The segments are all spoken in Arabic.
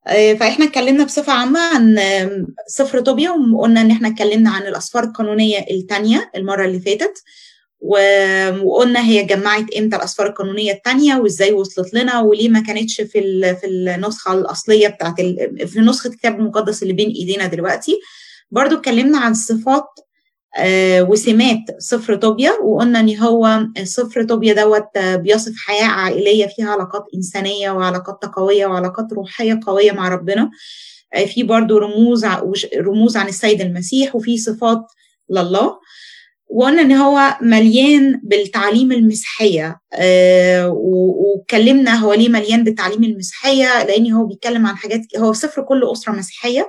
فاحنا اتكلمنا بصفه عامه عن سفر طوبيا، وقلنا ان احنا اتكلمنا عن الاسفار القانونيه الثانيه المره اللي فاتت، وقلنا هي جمعت امتى الاسفار القانونيه الثانيه وازاي وصلت لنا، وليه ما كانتش في النسخه الاصليه بتاعت في نسخه الكتاب المقدس اللي بين ايدينا دلوقتي. برضو اتكلمنا عن صفات وسمات سفر طوبيا، وقلنا ان هو سفر طوبيا دوت بيصف حياه عائليه فيها علاقات انسانيه وعلاقات تقويه وعلاقات روحيه قويه مع ربنا. في برضو رموز عن السيد المسيح، وفي صفات لله. وقلنا ان هو مليان بالتعليم المسيحيه، واتكلمنا هو ليه مليان بالتعليم المسيحيه، لان هو بيتكلم عن حاجات، هو سفر كل اسره مسيحيه.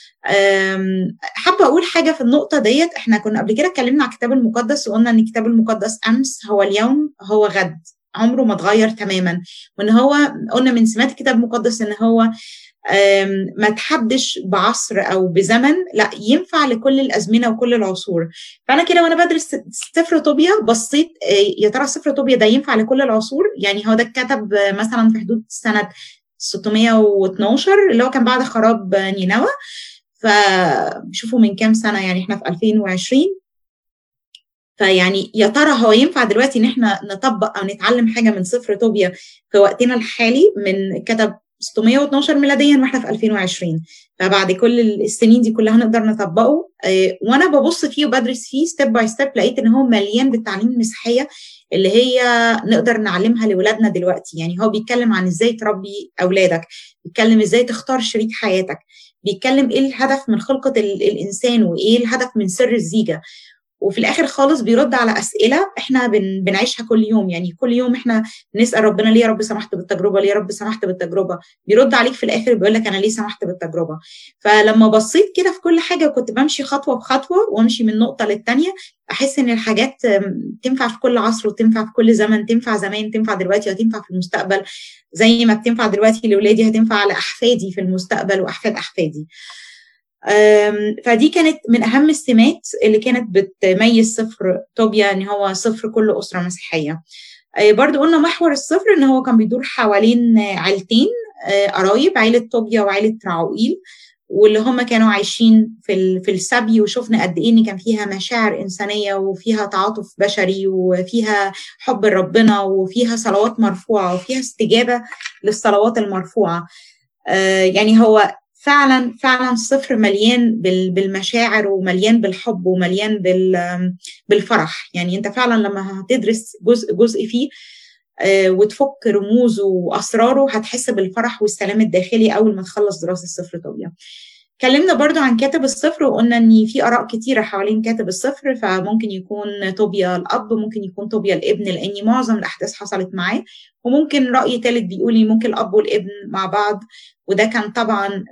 حابه اقول حاجه في النقطه ديت. احنا كنا قبل كده اتكلمنا على الكتاب المقدس، وقلنا ان الكتاب المقدس امس هو اليوم هو غد، عمره ما اتغير تماما. وان هو قلنا من سمات الكتاب المقدس ان هو ما تحدش بعصر او بزمن، لا ينفع لكل الازمنه وكل العصور. فانا كده وانا بدرس سفر طوبيا بصيت يا ترى سفر طوبيا ده ينفع لكل العصور؟ يعني هو ده اتكتب مثلا في حدود سنه 612 اللي هو كان بعد خراب نينوى، فشوفوا من كام سنه، يعني احنا في 2020. فيعني يا ترى هو ينفع دلوقتي ان احنا نطبق او نتعلم حاجه من سفر طوبيا في وقتنا الحالي، من كتب 612 ميلاديا واحنا في 2020؟ فبعد كل السنين دي كلها نقدر نطبقه. وانا ببص فيه وبدرس فيه ستيب باي ستيب، لقيت ان هو مليان بالتعليم المسيحيه اللي هي نقدر نعلمها لاولادنا دلوقتي. يعني هو بيتكلم عن ازاي تربي اولادك، بيتكلم ازاي تختار شريك حياتك، بيتكلم ايه الهدف من خلقه الانسان، وايه الهدف من سر الزيجه. وفي الاخر خالص بيرد على اسئله احنا بنعيشها كل يوم. يعني كل يوم احنا بنسال ربنا ليه يا رب سمحت بالتجربه، ليه يا رب سمحت بالتجربه، بيرد عليك في الاخر بيقول لك انا ليه سمحت بالتجربه. فلما بصيت كده في كل حاجه، كنت بمشي خطوه بخطوه وامشي من نقطه للتانيه، احس ان الحاجات تنفع في كل عصر وتنفع في كل زمن، تنفع زمان تنفع دلوقتي وتنفع في المستقبل. زي ما بتنفع دلوقتي لاولادي هتنفع لاحفادي في المستقبل واحفاد احفادي. فدي كانت من أهم السمات اللي كانت بتميز سفر طوبيا، إن هو سفر كل أسرة مسيحية. برضو قلنا محور السفر إن هو كان بيدور حوالين عيلتين قرايب، عيلة طوبيا وعيلة رعوئيل، واللي هم كانوا عايشين في السبي. وشفنا قد إيه إن كان فيها مشاعر إنسانية وفيها تعاطف بشري وفيها حب ربنا وفيها صلوات مرفوعة وفيها استجابة للصلوات المرفوعة. يعني هو فعلا فعلا سفر مليان بالمشاعر ومليان بالحب ومليان بالفرح. يعني انت فعلا لما هتدرس جزء فيه وتفك رموزه واسراره، هتحس بالفرح والسلام الداخلي اول ما تخلص دراسه سفر طوبيا. اتكلمنا برضو عن كاتب السفر، وقلنا ان في اراء كتيره حوالين كاتب السفر، فممكن يكون طوبيا الاب، ممكن يكون طوبيا الابن، لان معظم الاحداث حصلت معاه. وممكن راي ثالث بيقول ممكن الاب والابن مع بعض، وده كان طبعا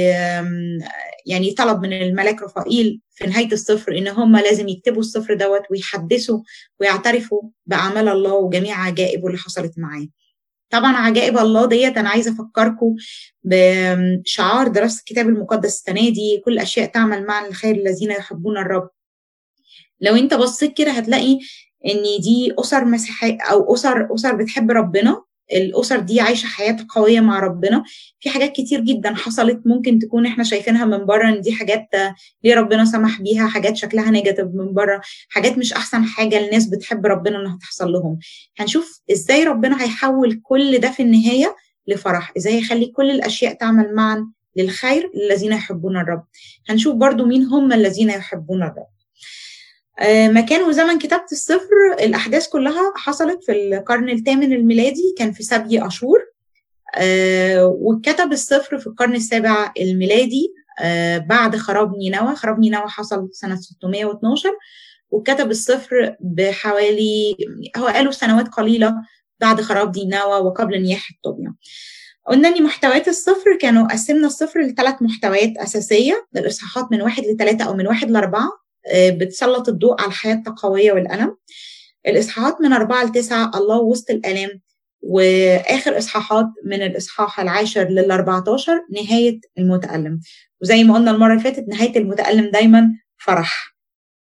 يعني طلب من الملاك رفائيل في نهايه السفر ان هم لازم يكتبوا السفر دوت ويحدثوا ويعترفوا باعمال الله وجميع عجائبه اللي حصلت معاه. طبعا عجائب الله ديت انا عايزه افكركم بشعار دراسه الكتاب المقدس السنه دي: كل الاشياء تعمل معا للخير الذين يحبون الرب. لو انت بصيت كده هتلاقي ان دي اسر مسيحيه او اسر بتحب ربنا. الاسر دي عايشه حياه قويه مع ربنا. في حاجات كتير جدا حصلت ممكن تكون احنا شايفينها من بره ان دي حاجات ليه ربنا سمح بيها، حاجات شكلها نيجاتيف من بره، حاجات مش احسن حاجه الناس بتحب ربنا انها تحصل لهم. هنشوف ازاي ربنا هيحول كل ده في النهايه لفرح، ازاي هيخلي كل الاشياء تعمل معا للخير الذين يحبون الرب. هنشوف برضو مين هم الذين يحبون الرب. مكان وزمن كتابة السفر، الأحداث كلها حصلت في القرن الثامن الميلادي، كان في سبي أشور. وكتب السفر في القرن السابع الميلادي بعد خراب نينوى. خراب نينوى حصل سنة 612، وكتب السفر بحوالي هو قالوا سنوات قليلة بعد خراب نينوى وقبل نياحة طوبيا. قلنا ان محتويات السفر كانوا قسمنا السفر لثلاث محتويات أساسية، الإصحاحات من 1 ل3 أو من 1 ل4 بتسلط الضوء على الحياة التقوية والألم. الإصحاحات من 4 ل9 الله وسط الآلام. وآخر إصحاحات من الإصحاح 10 ل14 نهاية المتألم. وزي ما قلنا المرة اللي فاتت، نهاية المتألم دايما فرح.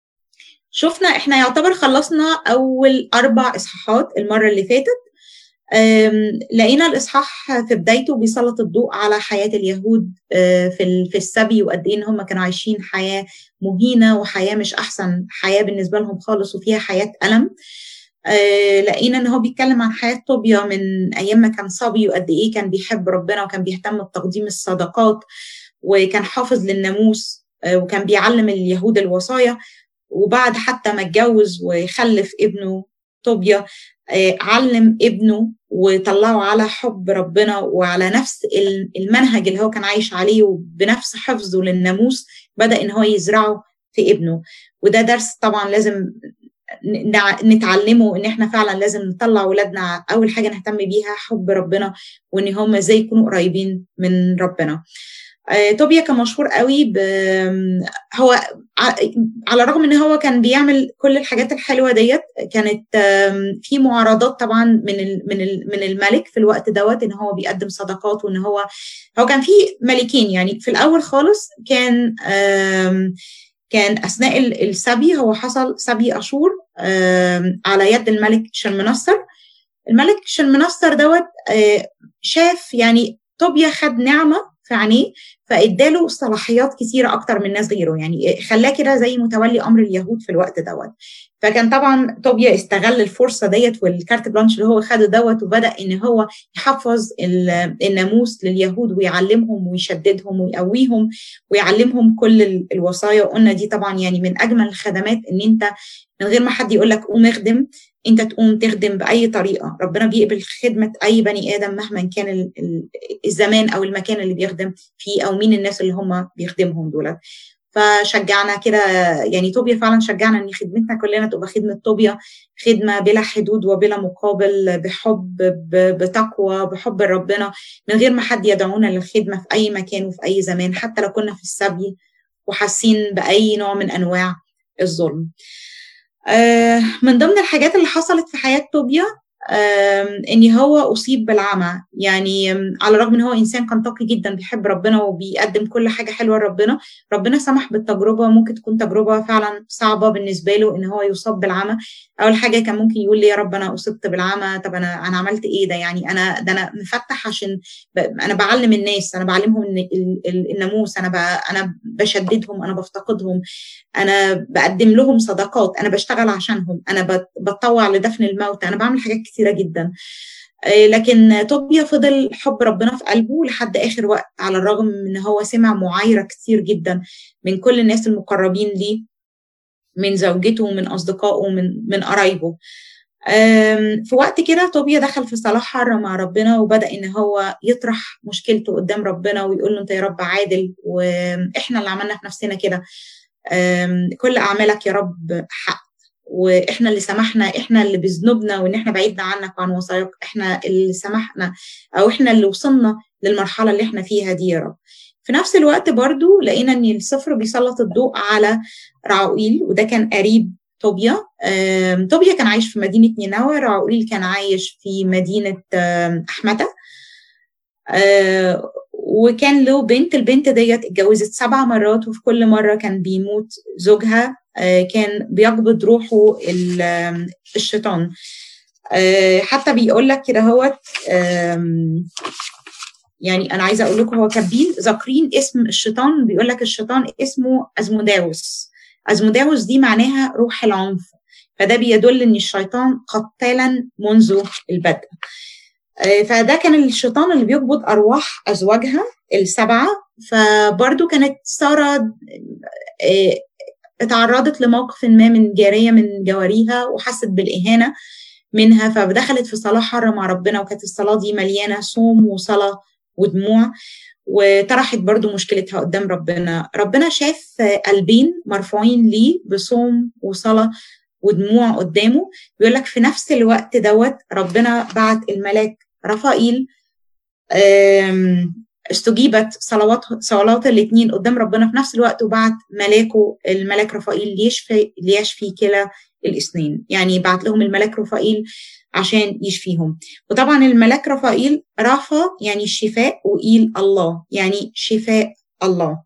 شفنا احنا يعتبر خلصنا أول 4 إصحاحات المرة اللي فاتت. لقينا الإصحاح في بدايته بيسلط الضوء على حياة اليهود في السبي، وقد إيه إن هم كانوا عايشين حياة مهينة وحياة مش أحسن حياة بالنسبة لهم خالص، وفيها حياة ألم. لقينا إن هو بيتكلم عن حياة طوبيا من أيام ما كان صبي، وقد إيه كان بيحب ربنا وكان بيهتم بتقديم الصدقات وكان حافظ للناموس، وكان بيعلم اليهود الوصايا. وبعد حتى ما اتجوز ويخلف ابنه طوبيا، علم ابنه وطلعه على حب ربنا وعلى نفس المنهج اللي هو كان عايش عليه، وبنفس حفظه للناموس بدأ ان هو يزرعه في ابنه. وده درس طبعا لازم نتعلمه، ان احنا فعلا لازم نطلع ولادنا اول حاجه نهتم بيها حب ربنا، وان هم ازاي يكونوا قريبين من ربنا. طوبيا كان مشهور قوي هو على الرغم ان هو كان بيعمل كل الحاجات الحلوه ديت، كانت في معارضات طبعا من الملك في الوقت دوت، ان هو بيقدم صدقات، وان هو كان في ملكين. يعني في الاول خالص كان اثناء السبي، هو حصل سبي اشور على يد الملك شلمنصر. الملك شلمنصر دوت شاف يعني طوبيا خد نعمه في عينيه، فاداله صلاحيات كثيره اكتر من ناس غيره، يعني خلاه كده زي متولي امر اليهود في الوقت دوت. فكان طبعا طوبيا استغل الفرصه ديت والكارت بلانش اللي هو خده دوت، وبدا ان هو يحفظ الناموس لليهود ويعلمهم ويشددهم ويقويهم ويعلمهم كل الوصايا. وقلنا دي طبعا يعني من اجمل الخدمات، ان انت من غير ما حد يقول لك قوم اخدم، انت تقوم تخدم باي طريقه. ربنا بيقبل خدمه اي بني ادم مهما كان الزمان او المكان اللي بيخدم فيه، او مين الناس اللي هم بيخدمهم دول. فشجعنا كده، يعني طوبيا فعلا شجعنا ان خدمتنا كلنا تبقى خدمه طوبيا، خدمه بلا حدود وبلا مقابل، بحب، بتقوى، بحب ربنا، من غير ما حد يدعونا للخدمه في اي مكان وفي اي زمان، حتى لو كنا في السبي وحاسين باي نوع من انواع الظلم. من ضمن الحاجات اللي حصلت في حياة طوبيا ان هو اصيب بالعمى. يعني على الرغم ان هو انسان كان تقي جدا بيحب ربنا وبيقدم كل حاجه حلوه لربنا، ربنا سمح بالتجربه، ممكن تكون تجربه فعلا صعبه بالنسبه له ان هو يصاب بالعمى. اول حاجه كان ممكن يقول لي يا رب انا اصبت بالعمى، طب انا عملت ايه ده؟ يعني انا مفتح عشان انا بعلم الناس، انا بعلمهم الناموس، انا بشددهم، انا بفتقدهم، انا بقدم لهم صدقات، انا بشتغل عشانهم، انا بتطوع لدفن الموتى، انا بعمل حاجات كتيره جدا. لكن طوبيا فضل حب ربنا في قلبه لحد اخر وقت، على الرغم من ان هو سمع معايره كتير جدا من كل الناس المقربين ليه، من زوجته ومن اصدقائه ومن قرايبه. في وقت كده طوبيا دخل في صلاح حرة مع ربنا، وبدأ ان هو يطرح مشكلته قدام ربنا ويقول له انت يا رب عادل، واحنا اللي عملنا في نفسنا كده، كل اعمالك يا رب حق، واحنا اللي سمحنا، احنا اللي بذنوبنا وان احنا بعيدنا عنك وعن وصاياك، احنا اللي سمحنا، او احنا اللي وصلنا للمرحله اللي احنا فيها دي يا رب. في نفس الوقت برضو لقينا ان السفر بيسلط الضوء على راؤيل، وده كان قريب طوبيا. طوبيا كان عايش في مدينه نينوى، راؤيل كان عايش في مدينه احمتة. وكان له بنت، البنت ديت اتجوزت 7 مرات، وفي كل مرة كان بيموت زوجها، كان بيقبض روحه الشيطان. حتى بيقول لك كده هو يعني أنا عايزة أقول لكم هو كاتبين ذاكرين اسم الشيطان، بيقول لك الشيطان اسمه أزموداوس. أزموداوس دي معناها روح العنف، فده بيدل إن الشيطان قتالا منذ البدء. فده كان الشيطان اللي بيقبض أرواح أزواجها ال7. فبرضو كانت سارة اتعرضت لموقف ما من جارية من جواريها وحست بالإهانة منها، فدخلت في صلاة حرة مع ربنا، وكانت الصلاة دي مليانة صوم وصلاة ودموع، وطرحت برضو مشكلتها قدام ربنا. ربنا شاف قلبين مرفوعين ليه بصوم وصلاة ودموع قدامه. بيقول لك في نفس الوقت دوت ربنا بعت الملاك رفائيل، استجيبت صلوات الاثنين قدام ربنا في نفس الوقت، وبعت ملاكه الملاك رفائيل ليشفي كلا الاثنين. يعني بعت لهم الملاك رفائيل عشان يشفيهم. وطبعا الملاك رفائيل رافا يعني الشفاء، وإيل الله يعني شفاء الله.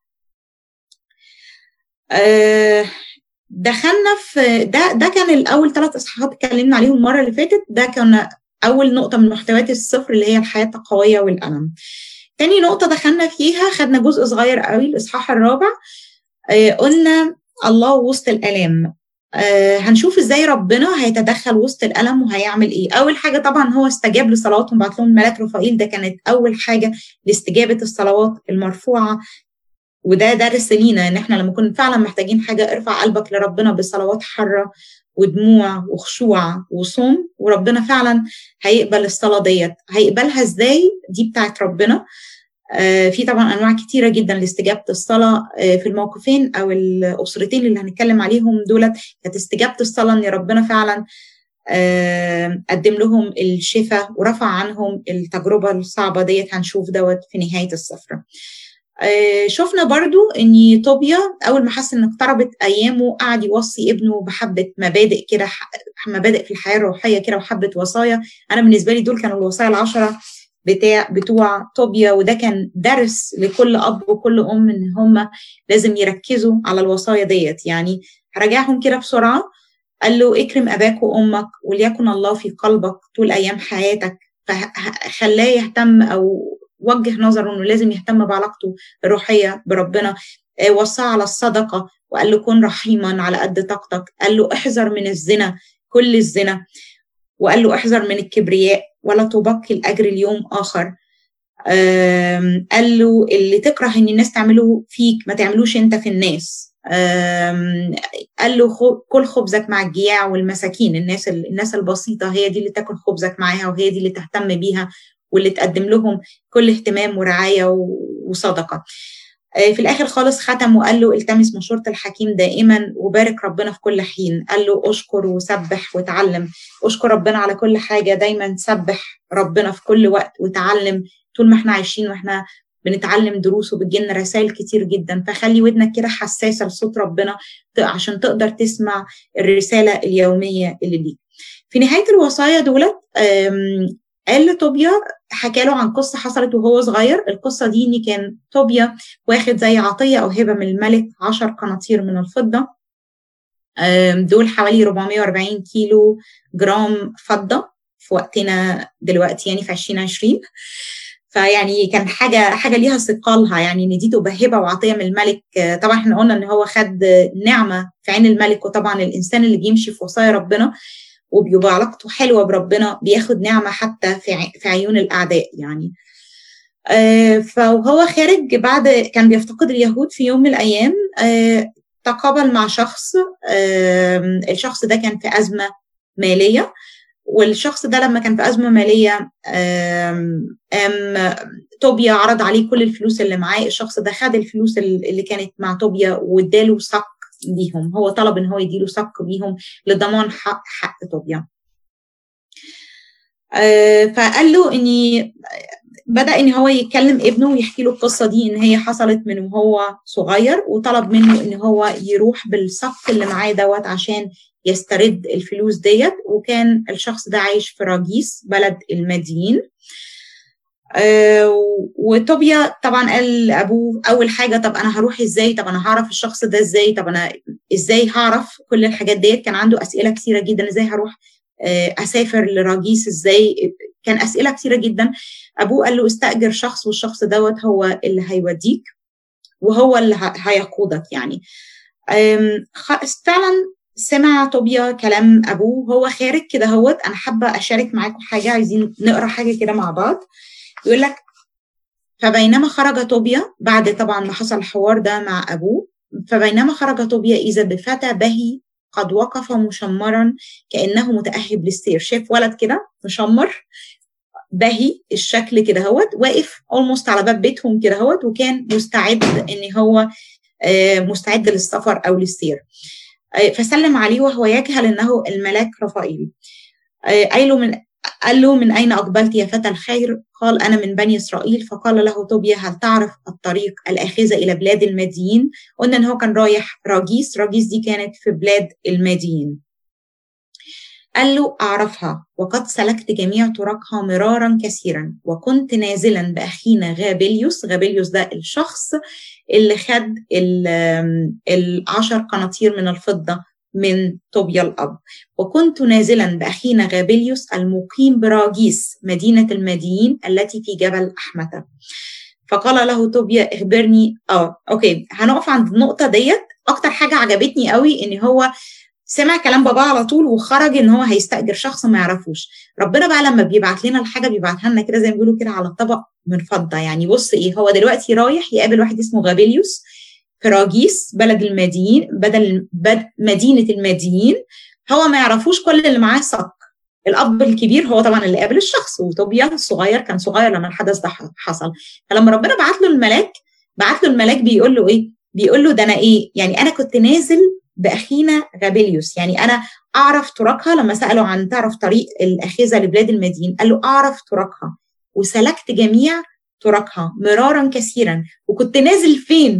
دخلنا في ده كان الاول 3 اصحاحات اتكلمنا عليهم المره اللي فاتت. ده كان اول نقطه من محتويات السفر اللي هي الحياه التقويه والالم. تاني نقطه دخلنا فيها، خدنا جزء صغير قوي الاصحاح الرابع، قلنا الله وسط الالام. هنشوف ازاي ربنا هيتدخل وسط الالم وهيعمل ايه. اول حاجه طبعا هو استجاب لصلواتهم، بعت لهم الملاك رفائيل، ده كانت اول حاجه لاستجابه الصلوات المرفوعه. وده درس لينا ان احنا لما كنا فعلا محتاجين حاجه، ارفع قلبك لربنا بصلوات حاره ودموع وخشوع وصوم، وربنا فعلا هيقبل الصلاه ديت. هيقبلها ازاي؟ دي بتاعت ربنا. في طبعا انواع كتيره جدا لاستجابه الصلاه. في الموقفين او الاسرتين اللي هنتكلم عليهم دولت، كانت استجابه الصلاه ان ربنا فعلا قدم لهم الشفاء ورفع عنهم التجربه الصعبه ديت. هنشوف دوت في نهايه السفره. شفنا برضو ان طوبيا اول ما حس ان اقتربت ايامه قعد يوصي ابنه بحبه مبادئ كده، مبادئ في الحياه الروحيه كده وحبه وصايا. انا بالنسبه لي دول كانوا الوصايا العشره بتوع طوبيا، وده كان درس لكل اب وكل ام ان هم لازم يركزوا على الوصايا ديت. يعني هراجعهم كده بسرعه. قال له اكرم اباك وامك وليكن الله في قلبك طول ايام حياتك، فخلاه يهتم او وجه نظره انه لازم يهتم بعلاقته الروحيه بربنا. وصاه على الصدقه وقال له كن رحيما على قد طاقتك. قال له احذر من الزنا، كل الزنا، وقال له احذر من الكبرياء ولا تبقي الاجر اليوم اخر. قال له اللي تكره ان الناس تعمله فيك ما تعملوش انت في الناس. قال له كل خبزك مع الجياع والمساكين، الناس البسيطه هي دي اللي تاكل خبزك معاها، وهي دي اللي تهتم بيها واللي تقدم لهم كل اهتمام ورعايه وصدقه. في الاخر خالص ختم وقال له التمس مشورة الحكيم دائما وبارك ربنا في كل حين. قال له اشكر وسبح وتعلم. اشكر ربنا على كل حاجه، دايما سبح ربنا في كل وقت وتعلم. طول ما احنا عايشين واحنا بنتعلم دروس وبتجيلنا رسائل كتير جدا، فخلي ودنك كده حساسه لصوت ربنا عشان تقدر تسمع الرساله اليوميه اللي ليك. في نهايه الوصايا دولت قال لطوبيا، حكى له عن قصه حصلت وهو صغير. القصه دي ان كان طوبيا واخد زي عطيه او هبه من الملك 10 قناطير من الفضه، دول حوالي 440 كيلو جرام فضه في وقتنا دلوقتي، يعني في 2020. فيعني كان حاجه ليها ثقلها، يعني ان دي تبقى هبه وعطيه من الملك. طبعا احنا قلنا ان هو خد نعمه في عين الملك، وطبعا الانسان اللي بيمشي في وصايا ربنا وبيبقى علاقته حلوه بربنا بياخد نعمه حتى في عيون الاعداء يعني. فهو خارج بعد كان بيفتقد اليهود في يوم من الايام، تقابل مع شخص. الشخص ده كان في ازمه ماليه، والشخص ده لما كان في ازمه ماليه طوبيا عرض عليه كل الفلوس اللي معاه. الشخص ده خد الفلوس اللي كانت مع طوبيا واداله صك بيهم. هو طلب ان هو يديله صك بيهم لضمان حق طوبيا. فقال له اني بدأ ان هو يتكلم ابنه ويحكي له القصه دي ان هي حصلت من وهو صغير، وطلب منه ان هو يروح بالصك اللي معاه دوت عشان يسترد الفلوس ديت. وكان الشخص ده عايش في راجيس بلد الماديين. وطوبيا طبعا قال لابوه اول حاجه طب انا هروح ازاي؟ طب انا هعرف الشخص ده ازاي؟ طب انا ازاي هعرف كل الحاجات ديت؟ كان عنده اسئله كثيره جدا. ازاي هروح اسافر لراجيس؟ ازاي؟ كان اسئله كثيره جدا. ابوه قال له استاجر شخص، والشخص دوت هو اللي هيوديك وهو اللي هيقودك يعني. فعلا سمع طوبيا كلام ابوه. هو خارج كده هوت. انا حابه اشارك معاكم حاجه، عايزين نقرا حاجه كده مع بعض. يقول لك فبينما خرج طوبيا بعد طبعا ما حصل الحوار ده مع ابوه، فبينما خرج طوبيا اذا بفتى بهي قد وقف مشمرا كانه متاهب للسير. شاف ولد كده مشمر بهي الشكل كده هوت واقف اولموست على باب بيتهم كده هوت، وكان مستعد ان هو مستعد للسفر او للسير. فسلم عليه وهو يجهل انه الملاك رفائيل. قال له من أين أقبلت يا فتى الخير؟ قال أنا من بني إسرائيل. فقال له طوبيا هل تعرف الطريق الآخذة إلى بلاد الماديين؟ قلنا إن هو كان رايح راجيس. راجيس دي كانت في بلاد الماديين. قال له أعرفها وقد سلكت جميع طرقها مرارا كثيرا، وكنت نازلا بأخينا غابيليوس. غابيليوس ده الشخص اللي خد 10 قناطير من الفضة من طوبيا الأب، وكنت نازلا بأخينا غابليوس المقيم براجيس مدينة الماديين التي في جبل أحمتة. فقال له طوبيا اخبرني. اوكي، هنقف عند النقطة ديت. أكتر حاجة عجبتني قوي إن هو سمع كلام بابا على طول وخرج ان هو هيستأجر شخص ما يعرفوش. ربنا بقى لما بيبعت لنا الحاجه بيبعتها لنا كده زي ما بيقولوا كده على طبق من فضه. يعني بص ايه، هو دلوقتي رايح يقابل واحد اسمه غابيليوس في راجيس بلد الماديين، مدينه الماديين. هو ما يعرفوش، كل اللي معاه صك. الاب الكبير هو طبعا اللي قابل الشخص، وطوبيا الصغير كان صغير لما الحدث ده حصل. فلما ربنا بعت له الملاك بيقول له ايه؟ بيقول له ده انا ايه يعني، انا كنت نازل باخينا غابليوس، يعني انا اعرف طرقها. لما سالوا عن تعرف طريق الاخذه لبلاد المدين، قال له اعرف طرقها وسلكت جميع طرقها مرارا كثيرا. وكنت نازل فين؟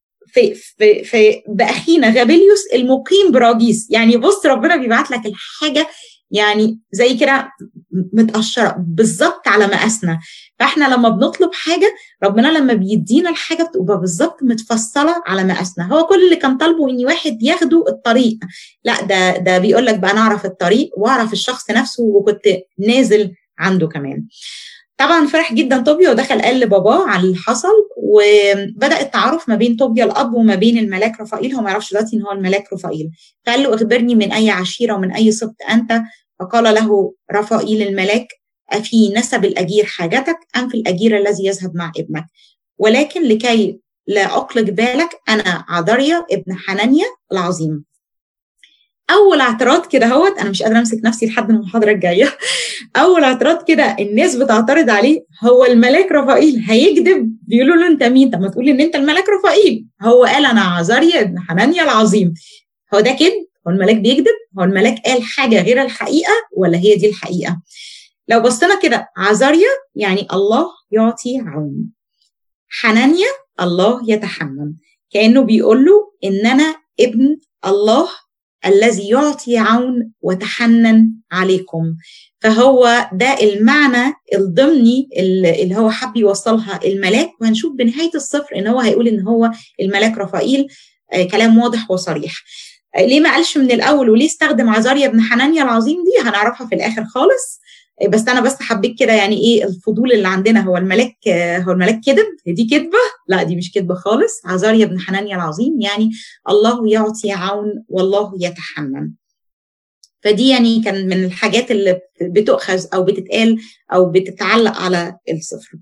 في باخينا غابليوس المقيم براجيس. يعني بص، ربنا بيبعت لك الحاجه يعني زي كده متقشره بالظبط على مقاسنا. فاحنا لما بنطلب حاجه، ربنا لما بيدينا الحاجه بتبقى بالظبط متفصله على مقاسنا. هو كل اللي كان طالبه ان واحد ياخده الطريق، لا ده بيقول لك بقى انا اعرف الطريق واعرف الشخص نفسه، وكنت نازل عنده كمان. طبعا فرح جدا طوبيا ودخل قال لباباه على اللي حصل، وبدا التعارف ما بين طوبيا الاب وما بين الملاك رفائيل. هو ما يعرفش دلوقتي ان هو الملاك رفائيل. فقال له اخبرني من اي عشيره ومن اي سبط انت. فقال له رفائيل الملاك أفي نسب الأجير حاجتك أم في الأجير الذي يذهب مع ابنك؟ ولكن لكي لا أقلق بالك أنا عذريا ابن حنانيا العظيم. أول اعتراض كده هوت، أنا مش قادرة أمسك نفسي لحد المحاضرة الجاية. أول اعتراض كده الناس بتعترض عليه، هو الملاك رفائيل هيكذب؟ بيقولوا له أنت مين؟ طب ما تقول إن أنت الملاك رفائيل. هو قال أنا عذريا ابن حنانيا العظيم. هو ده كذب؟ هو الملاك بيكذب؟ هو الملاك قال حاجة غير الحقيقة ولا هي دي الحقيقة؟ لو بصينا كده، عذريا يعني الله يعطي عون، حنانيا الله يتحنن. كأنه بيقول له إن أنا ابن الله الذي يعطي عون وتحنن عليكم. فهو ده المعنى الضمني اللي هو حب يوصلها الملاك. وهنشوف بنهاية السفر إن هو هيقول إن هو الملاك رفائيل. كلام واضح وصريح. ليه ما قالش من الأول وليه استخدم عذريا بن حنانيا العظيم؟ دي هنعرفها في الآخر خالص. بس انا حبيت كده يعني ايه الفضول اللي عندنا. هو الملاك كذب؟ دي كذبه؟ لا، دي مش كذبه خالص. عذريا بن حنانيا العظيم يعني الله يعطي عون والله يتحنن. فدي يعني كان من الحاجات اللي بتؤخذ او بتتقال او بتتعلق على السفر.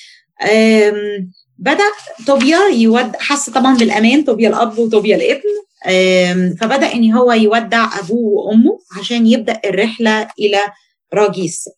بدأ طوبيا حس طبعا بالامان، طوبيا الاب وطوبيا الابن. فبدأ ان هو يودع ابوه وامه عشان يبدأ الرحله الى راجيس.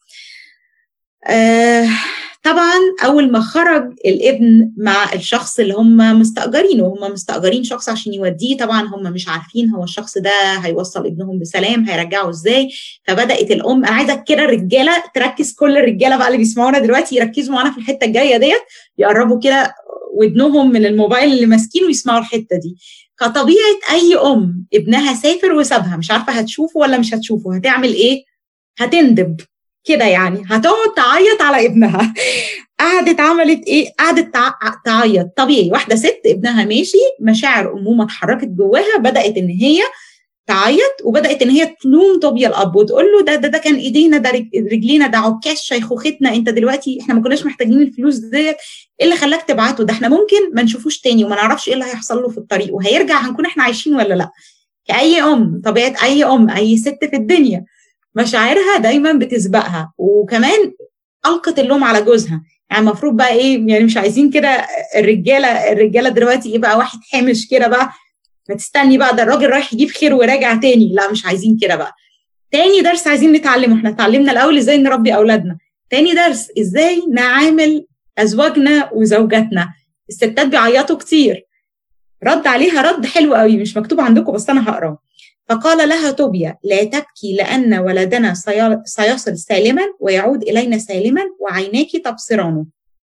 طبعا اول ما خرج الابن مع الشخص اللي هم مستأجرينه، وهم مستأجرين شخص عشان يوديه، طبعا هم مش عارفين هو الشخص ده هيوصل ابنهم بسلام، هيرجعه ازاي. فبدأت الام، انا عايزه كده الرجاله تركز، كل الرجاله بقى اللي بيسمعونا دلوقتي يركزوا معانا في الحته الجايه ديت، يقربوا كده ودنهم من الموبايل اللي ماسكينه ويسمعوا الحته دي. كطبيعه اي ام ابنها سافر وسابها، مش عارفه هتشوفه ولا مش هتشوفه، هتعمل ايه؟ هتندب كده يعني، هتقعد تعيط على ابنها. قعدت عملت ايه؟ قعدت تعيط. طبيعي، واحده ست ابنها ماشي، مشاعر امومه اتحركت جواها، بدات ان هي تعيط، وبدات ان هي تلوم طوبيا الاب وتقول له ده كان ايدينا، ده رجلينا، ده عكاز شيخوختنا، انت دلوقتي احنا ما كناش محتاجين الفلوس ديت، ايه اللي خلاك تبعته؟ ده احنا ممكن ما نشوفوش تاني وما نعرفش ايه اللي هيحصل له في الطريق، وهيرجع هنكون احنا عايشين ولا لا. كأي ام، طبيعه اي ام، اي ست في الدنيا مشاعرها دايما بتسبقها. وكمان ألقت اللوم على جوزها. يعني المفروض بقى ايه؟ يعني مش عايزين كده الرجاله دلوقتي ايه بقى، واحد حامش كده بقى، ما تستني بقى، ده الراجل رايح يجيب خير وراجع تاني. لا، مش عايزين كده بقى. تاني درس عايزين نتعلمه، احنا اتعلمنا الاول ازاي نربي اولادنا، تاني درس ازاي نعامل ازواجنا وزوجاتنا. الستات بيعيطوا كتير، رد عليها رد حلو قوي، مش مكتوب عندكم بس انا هقراه. فقال لها طوبيا لا تبكي، لأن ولدنا سيصل سالما ويعود إلينا سالما وعيناك تبصرانه،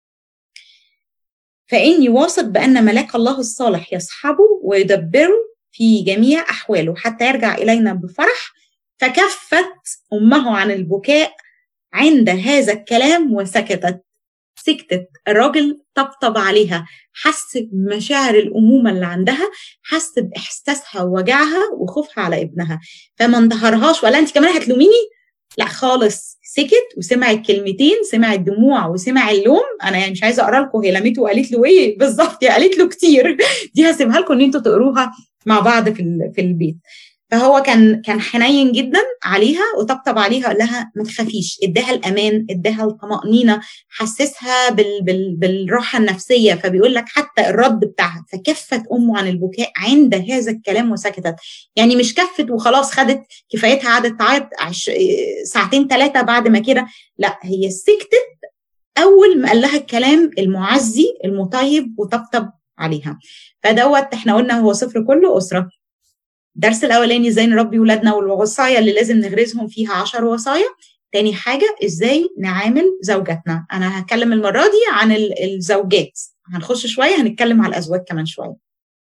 فإني واثق بأن ملاك الله الصالح يصحبه ويدبره في جميع أحواله حتى يرجع إلينا بفرح. فكفت أمه عن البكاء عند هذا الكلام وسكتت. سكتت، الراجل طبطب عليها، حس بمشاعر الأمومة اللي عندها، حس بإحساسها ووجعها وخوفها على ابنها، فما انتهرهاش ولا أنت كمان هتلوميني، لا خالص، سكت وسمع الكلمتين، سمع الدموع وسمع اللوم. انا يعني مش عايزه اقرا لكم هي لمته وقالت له ايه بالظبط، هي قالت له كتير دي هسيبها لكم ان انتوا تقروها مع بعض في البيت. فهو كان حنين جدا عليها وطبطب عليها، قال لها ما تخافيش، اداها الامان، اداها الطمانينه، حسسها بالراحه النفسيه. فبيقول لك حتى الرد بتاعها، فكفت امه عن البكاء عند هذا الكلام وسكتت. يعني مش كفت وخلاص خدت كفايتها قعدت تعيط ساعتين 3 بعد ما كده، لا هي سكتت اول ما قال لها الكلام المعزي المطيب وطبطب عليها. فدوت احنا قلنا هو سفر كله اسره. الدرس الاولاني ازاي نربي ولادنا، والوصايا اللي لازم نغرزهم فيها 10 وصايا. تاني حاجه ازاي نعامل زوجاتنا. انا هتكلم المره دي عن الزوجات، هنخش شويه هنتكلم على الازواج كمان شويه.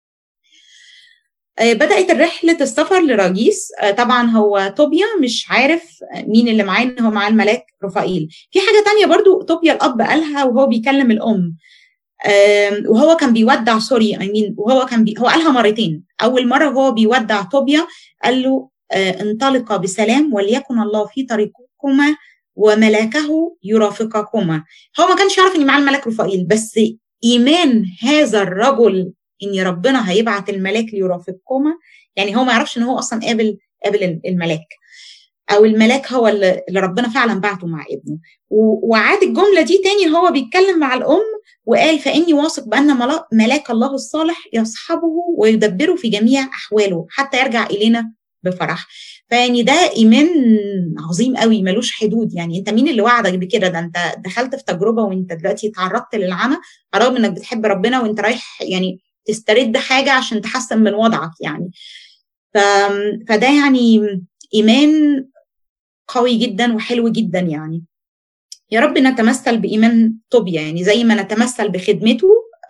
بدأت رحلة السفر لراجيس. طبعا هو طوبيا مش عارف مين اللي معاه، هو معاه الملاك رفائيل. في حاجة تانية برضو طوبيا الأب قالها وهو بيكلم الأم، وهو كان بيودع وهو هو قالها مرتين. أول مرة وهو بيودع طوبيا قال له انطلقا بسلام وليكن الله في طريقكما وملاكه يرافقكما. هو ما كانش يعرف ان معاه الملاك رفائيل، بس إيمان هذا الرجل ان ربنا هيبعت الملاك ليرافقكما، يعني هو ما يعرفش ان هو اصلا قابل الملاك، او الملاك هو اللي ربنا فعلا بعته مع ابنه. وعاد الجمله دي تاني هو بيتكلم مع الام وقال فاني واثق بان ملاك الله الصالح يصحبه ويدبره في جميع احواله حتى يرجع الينا بفرح. فيعني ده ايمان عظيم قوي ملوش حدود. يعني انت مين اللي وعدك بكده؟ ده انت دخلت في تجربه وانت دلوقتي تعرضت للعمى، رغم انك بتحب ربنا وانت رايح يعني تسترد حاجه عشان تحسن من وضعك يعني. فده يعني ايمان قوي جدا وحلو جدا يعني. يا رب نتمثل بإيمان طوبيا، يعني زي ما نتمثل بخدمته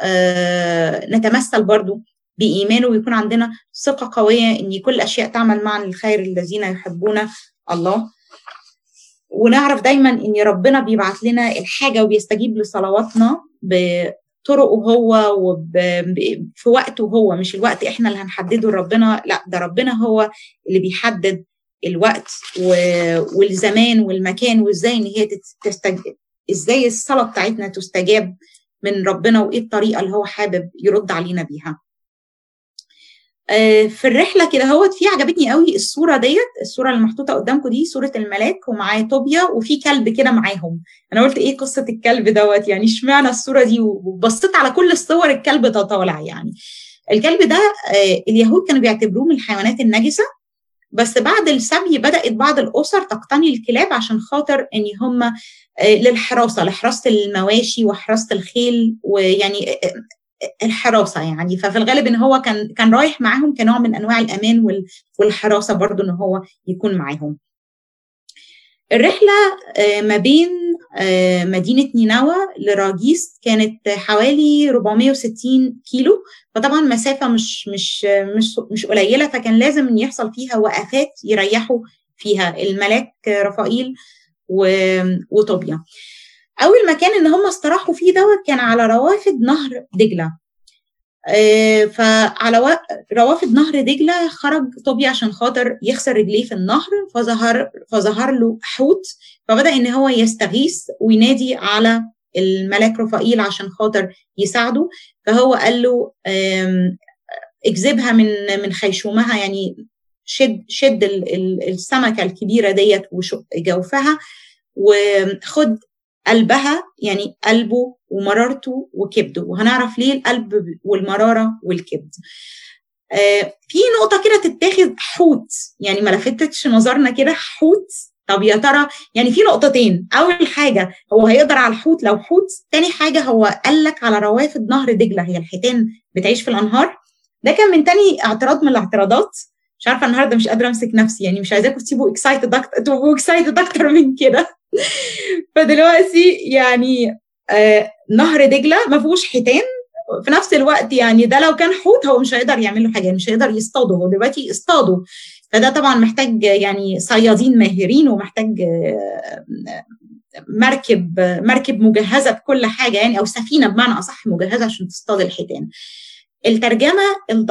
نتمثل برضو بإيمانه، ويكون عندنا ثقة قوية إن كل الأشياء تعمل معا للخير الذين يحبون الله. ونعرف دايما إن ربنا بيبعت لنا الحاجة وبيستجيب لصلواتنا بطرقه هو في وقته هو، مش الوقت إحنا اللي هنحدده لربنا، لا ده ربنا هو اللي بيحدد الوقت والزمان والمكان، وازاي ان هي ازاي الصلاه بتاعتنا تستجاب من ربنا، وايه الطريقه اللي هو حابب يرد علينا بيها. في الرحله كده هوت في عجبتني قوي الصوره ديت، الصوره اللي محطوطه قدامكم دي صوره الملاك ومعاه طوبيا وفي كلب كده معاهم. انا قلت ايه قصه الكلب دوت، يعني اشمعنى الصوره دي؟ وبصيت على كل الصور الكلب ده طالع. يعني الكلب ده اليهود كانوا بيعتبروه من الحيوانات النجسه، بس بعد السبي بدأت بعض الأسر تقتني الكلاب عشان خاطر ان هم للحراسة، لحراسة المواشي وحراسة الخيل، ويعني الحراسة يعني. ففي الغالب ان هو كان رايح معاهم كنوع من انواع الامان والحراسة برضو ان هو يكون معاهم. الرحلة ما بين مدينة نينوى لراجيس كانت حوالي 460 كيلو، فطبعا مسافة مش قليلة، فكان لازم ان يحصل فيها وقفات يريحوا فيها الملاك رفائيل وطوبيا. أول مكان ان هم استراحوا فيه دوت كان على روافد نهر دجلة. فعلى روافد نهر دجلة خرج طوبيا عشان خاطر يغسل رجليه في النهر، فظهر له حوت، فبدأ ان هو يستغيث وينادي على الملاك رفائيل عشان خاطر يساعده. فهو قال له اجذبها من خيشومها، يعني شد السمكة الكبيرة ديت وشق جوفها، وخد قلبها، يعني قلبه ومرارته وكبده، وهنعرف ليه القلب والمرارة والكبد. في نقطة كده تتاخد، حوت، يعني ما لفتتش نظرنا كده، حوت. طب يا ترى يعني في نقطتين، أول حاجة هو هيقدر على الحوت لو حوت، تاني حاجة هو قال لك على روافد نهر دجلة، هي الحيتان بتعيش في الأنهار. ده كان من تاني اعتراض من الاعتراضات. مش عارفة النهاردة مش قادرة أمسك نفسي، يعني مش عايزاكم تبقوا اكسايتد أكتر من كده. فدلوقتي يعني نهر دجلة ما فيهوش حيتان في نفس الوقت، يعني ده لو كان حوت هو مش هيقدر يعمل له حاجه، مش هيقدر يصطاده، هو دلوقتي اصطاده. فده طبعا محتاج يعني صيادين ماهرين، ومحتاج مركب مجهزه بكل حاجه يعني، او سفينه بمعنى اصح مجهزه عشان تصطاد الحيتان. الترجمه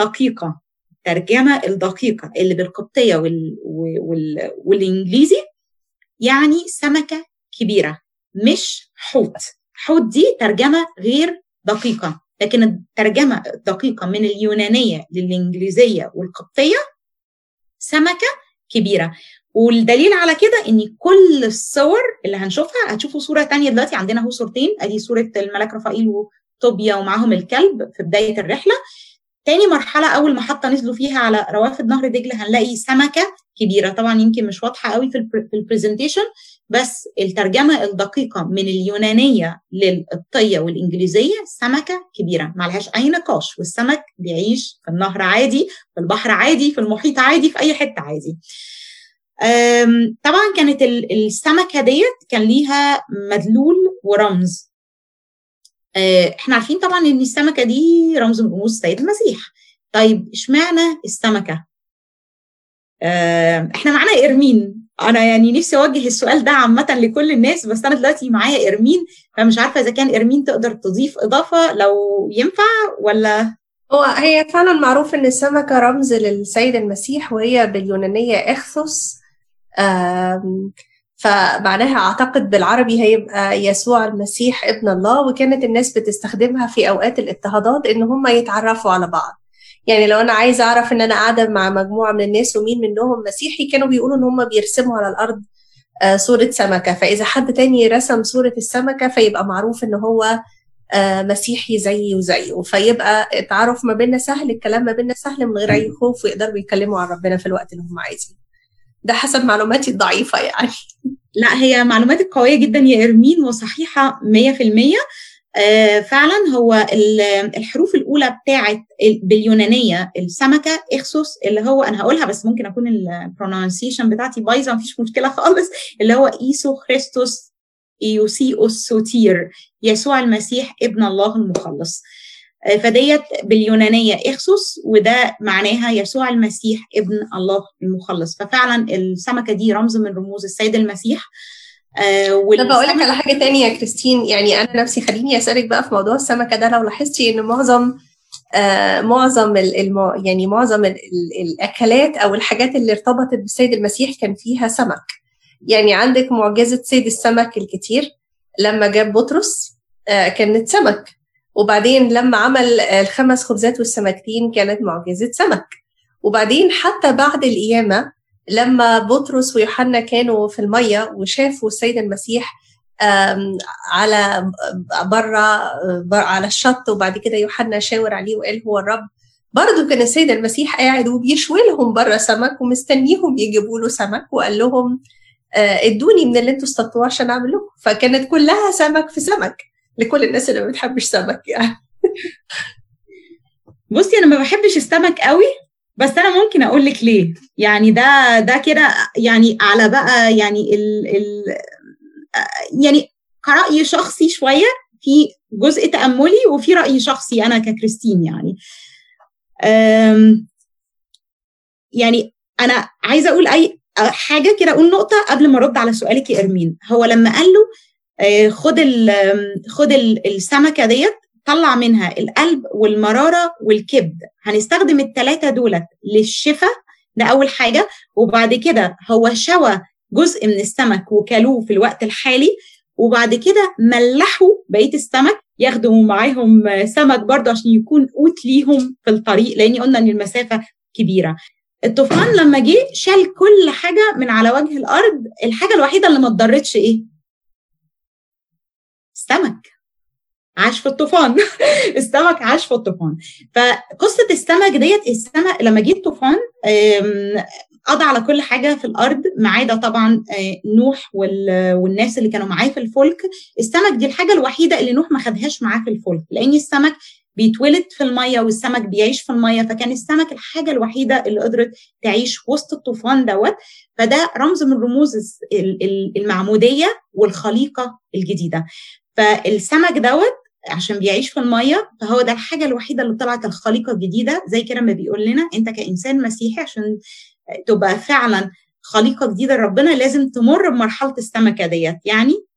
الدقيقه اللي بالقبطيه والانجليزي يعني سمكه كبيره، مش حوت دي ترجمه غير دقيقه، لكن الترجمه الدقيقه من اليونانيه للانجليزيه والقبطيه سمكه كبيره. والدليل على كده ان كل الصور اللي هنشوفها، هتشوفوا صوره ثانيه دلوقتي، عندنا اهو صورتين، ادي صوره الملاك رفائيل وطوبيا ومعاهم الكلب في بدايه الرحله. تاني مرحله اول محطه نزلوا فيها على روافد نهر دجله هنلاقي سمكه كبيره، طبعا يمكن مش واضحه قوي في البرزنتيشن، بس الترجمه الدقيقه من اليونانيه للقبطيه والانجليزيه سمكه كبيره ما لهاش اي نقاش، والسمك بيعيش في النهر عادي، في البحر عادي، في المحيط عادي، في اي حته عادي. طبعا كانت السمكه ديت كان ليها مدلول ورمز. احنا عارفين طبعا ان السمكه دي رمز من رموز السيد المسيح. طيب اشمعنى السمكه؟ احنا معانا إرمين، انا يعني نفسي اوجه السؤال ده عامه لكل الناس، بس انا دلوقتي معايا إرمين، فمش عارفه اذا كان إرمين تقدر تضيف اضافه لو ينفع ولا. هي فعلا معروف ان السمكه رمز للسيد المسيح، وهي باليونانيه اخثوس، فمعناها أعتقد بالعربي هيبقى يسوع المسيح ابن الله. وكانت الناس بتستخدمها في أوقات الاضطهادات إن هم يتعرفوا على بعض. يعني لو أنا عايزة أعرف إن أنا قاعدة مع مجموعة من الناس ومين منهم مسيحي، كانوا بيقولوا إن هم بيرسموا على الأرض صورة سمكة، فإذا حد تاني رسم صورة السمكة فيبقى معروف إن هو مسيحي زيي وزيه، فيبقى التعرف ما بيننا سهل، الكلام ما بيننا سهل من غير أي خوف، ويقدروا يتكلموا عن ربنا في الوقت اللي هم عايزين. ده حسب معلوماتي الضعيفة يعني. لا هي معلوماتك قوية جدا يا إرمين وصحيحة 100%. فعلا هو الحروف الأولى بتاعت باليونانية السمكة إخسوس، اللي هو أنا هقولها بس ممكن أكون البرونانسيشن بتاعتي بايظة، مفيش مشكلة خالص، اللي هو إيسو خريستوس إيوسيوس سوتير، يسوع المسيح ابن الله المخلص. فديت باليونانية إخسوس، وده معناها يسوع المسيح ابن الله المخلص. ففعلا السمكة دي رمز من رموز السيد المسيح. طب بقول لك على حاجة تانية يا كريستين، يعني أنا نفسي خليني أسألك بقى في موضوع السمكة ده. لو لاحظتي إن معظم الأكلات أو الحاجات اللي ارتبطت بالسيد المسيح كان فيها سمك. يعني عندك معجزة صيد السمك الكتير، لما جاب بطرس كانت سمك، وبعدين لما عمل 5 خبزات والسمكتين كانت معجزة سمك، وبعدين حتى بعد القيامة لما بطرس ويوحنا كانوا في المية وشافوا السيد المسيح على بره على الشط، وبعد كده يوحنا شاور عليه وقال هو الرب، برضو كان السيد المسيح قاعد وبيشوي لهم بره سمك ومستنيهم يجيبوا له سمك، وقال لهم ادوني من اللي انتوا اصطادتوه عشان اعمل لكم. فكانت كلها سمك في سمك لكل الناس اللي ما بتحبش سمك يعني. بصي انا ما بحبش السمك قوي، بس انا ممكن اقول لك ليه. يعني ده كده يعني على بقى يعني يعني كرأي شخصي شويه، في جزء تأملي وفي رأي شخصي انا ككريستين يعني. يعني انا عايزه اقول اي حاجه كده، اقول نقطه قبل ما ارد على سؤالك يا إرمين. هو لما قال له خد السمكه ديت، طلع منها القلب والمراره والكبد، هنستخدم ال3 دولت للشفاء، ده اول حاجه. وبعد كده هو شوى جزء من السمك وكلوه في الوقت الحالي، وبعد كده ملحوا بقيه السمك، ياخدوا معاهم سمك برضه عشان يكون قوت ليهم في الطريق، لاني قلنا ان المسافه كبيره. الطوفان لما جه شال كل حاجه من على وجه الارض، الحاجه الوحيده اللي ما اتضرتش ايه؟ السمك عاش في الطوفان. السمك عاش في الطوفان. فقصه السمك ديت، السمك لما جه الطوفان قضى على كل حاجه في الارض ما عدا طبعا نوح والناس اللي كانوا معاه في الفلك. السمك دي الحاجه الوحيده اللي نوح ما خدهاش معاه في الفلك، لان السمك بيتولد في الميه والسمك بيعيش في الميه، فكان السمك الحاجه الوحيده اللي قدرت تعيش وسط الطوفان دوت. فده رمز من رموز المعموديه والخليقه الجديده. فالسمك دوت عشان بيعيش في الميه، فهو ده الحاجه الوحيده اللي طلعت الخليقه الجديده. زي كده ما بيقول لنا انت كانسان مسيحي عشان تبقى فعلا خليقه جديده لربنا لازم تمر بمرحله السمكه ديت، يعني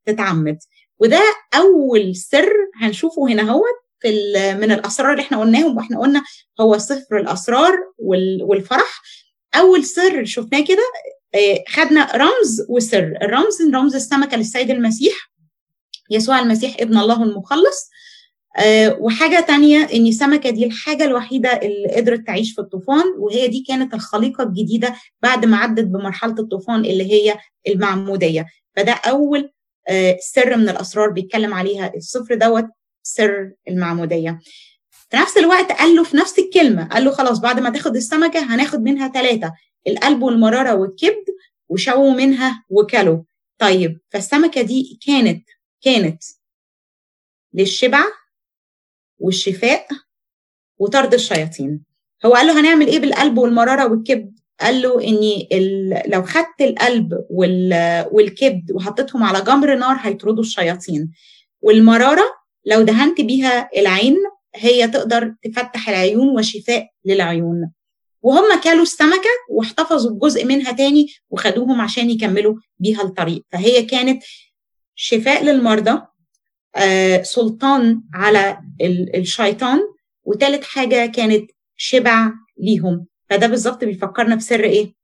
تتعمد. وده اول سر هنشوفه هنا هو من الاسرار اللي احنا قلناهم، واحنا قلنا هو سفر الاسرار والفرح. اول سر شفناه كده، خدنا رمز وسر. الرمز رمز السمكه للسيد المسيح يسوع المسيح ابن الله المخلص. وحاجه تانية ان السمكه دي الحاجه الوحيده اللي قدرت تعيش في الطوفان، وهي دي كانت الخليقه الجديده بعد ما عدت بمرحله الطوفان اللي هي المعموديه. فده اول سر من الاسرار بيتكلم عليها السفر دوت، سر المعموديه. في نفس الوقت قال له في نفس الكلمه، قال له خلاص بعد ما تاخد السمكه هناخد منها 3، القلب والمراره والكبد، وشووا منها وكلوا. طيب فالسمكه دي كانت للشبع والشفاء وطرد الشياطين. هو قال له هنعمل ايه بالقلب والمراره والكبد؟ قال له اني لو خدت القلب والكبد وحطيتهم على جمر نار هيطردوا الشياطين، والمراره لو دهنت بيها العين هي تقدر تفتح العيون وشفاء للعيون. وهم كلوا السمكه واحتفظوا بجزء منها تاني وخدوهم عشان يكملوا بيها الطريق. فهي كانت شفاء للمرضى، سلطان على الشيطان، وثالث حاجه كانت شبع ليهم. فده بالظبط بيفكرنا بسر ايه؟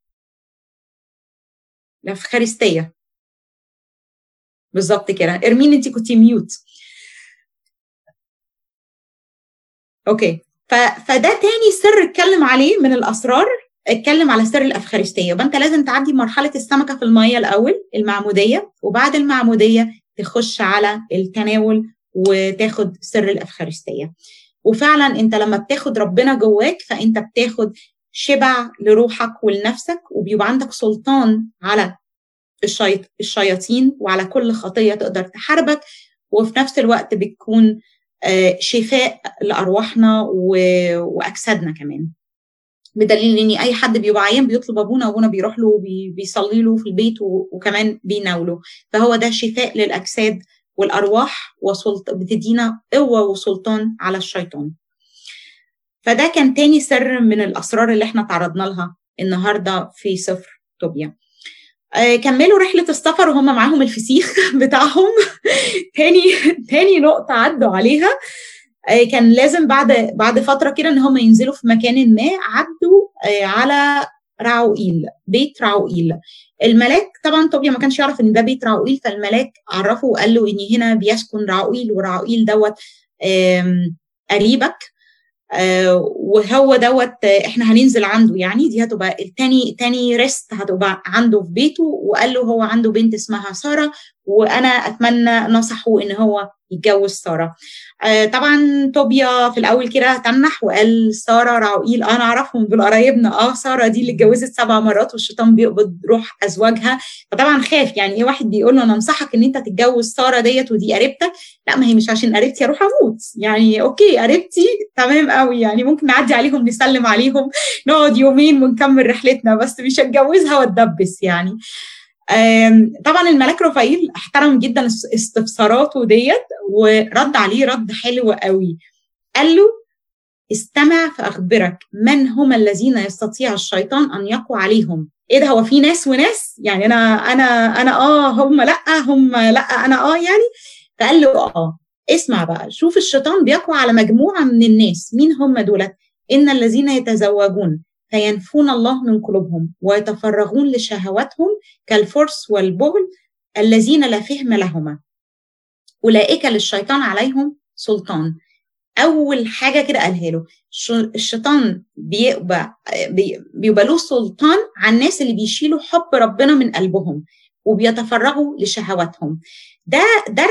الافخارستيه بالظبط كده. ارمين انت كنتي ميوت. اوكي. فده تاني سر اتكلم عليه من الاسرار، اتكلم على سر الافخارستيه. يبقى انت لازم تعدي مرحله السمكه في الميه الاول، المعموديه، وبعد المعموديه تخش على التناول وتاخد سر الافخارستيه. وفعلا انت لما بتاخد ربنا جواك فانت بتاخد شبع لروحك ولنفسك، وبيبقى عندك سلطان على الشياطين وعلى كل خطيه تقدر تحاربك، وفي نفس الوقت بتكون شفاء لارواحنا واجسادنا كمان. بدليل ان اي حد بيبقى عيان بيطلب ابونا، وابونا بيروح له وبيصلي له في البيت وكمان بيناوله. فهو ده شفاء للاجساد والارواح، بتدينا قوه وسلطان على الشيطان. فده كان تاني سر من الاسرار اللي احنا تعرضنا لها النهارده في سفر طوبيا. كملوا رحله السفر وهم معاهم الفسيخ بتاعهم. تاني نقطه عدوا عليها، كان لازم بعد فتره كده ان هم ينزلوا في مكان ما. عدوا على راعوئيل، بيت راعوئيل. الملاك طبعا طوبيا ما كانش يعرف ان ده بيت راعوئيل، فالملاك عرفه وقال له ان هنا بيسكن راعوئيل، وراعوئيل دوت قريبك، وهو دوت احنا هننزل عنده. يعني دي هتبقى تاني ريست هتبقى عنده في بيته. وقال له هو عنده بنت اسمها ساره، وانا اتمنى نصحه ان هو يتجوز ساره. طبعا طوبيا في الاول كده تنح وقال ساره راعوئيل انا اعرفهم دول قرايبنا. ساره دي اللي اتجوزت 7 مرات والشيطان بيقبض روح ازواجها. فطبعا خاف، يعني ايه واحد بيقول له انا انصحك ان انت تتجوز ساره ديت ودي قريبتك؟ لا، ما هي مش عشان قريبتي اروح اموت، يعني اوكي قريبتي تمام قوي، يعني ممكن نعدي عليهم نسلم عليهم نقعد يومين ونكمل رحلتنا، بس مش هتجوزها واتدبس يعني. طبعا الملاك رفائيل احترم جدا استفساراته ديت ورد عليه رد حلو قوي. قال له استمع فاخبرك من هم الذين يستطيع الشيطان ان يقوى عليهم. ايه ده، هو في ناس وناس؟ يعني انا هم لا انا يعني. فقال له اسمع بقى، شوف الشيطان بيقوى على مجموعه من الناس. مين هم دولت؟ ان الذين يتزوجون فينفون الله من قلوبهم ويتفرغون لشهواتهم كالفرس والبغل الذين لا فهم لهما، أولئك للشيطان عليهم سلطان. أول حاجة كده قالها له، الشيطان بيبقى له سلطان على الناس اللي بيشيلوا حب ربنا من قلبهم وبيتفرغوا لشهواتهم. ده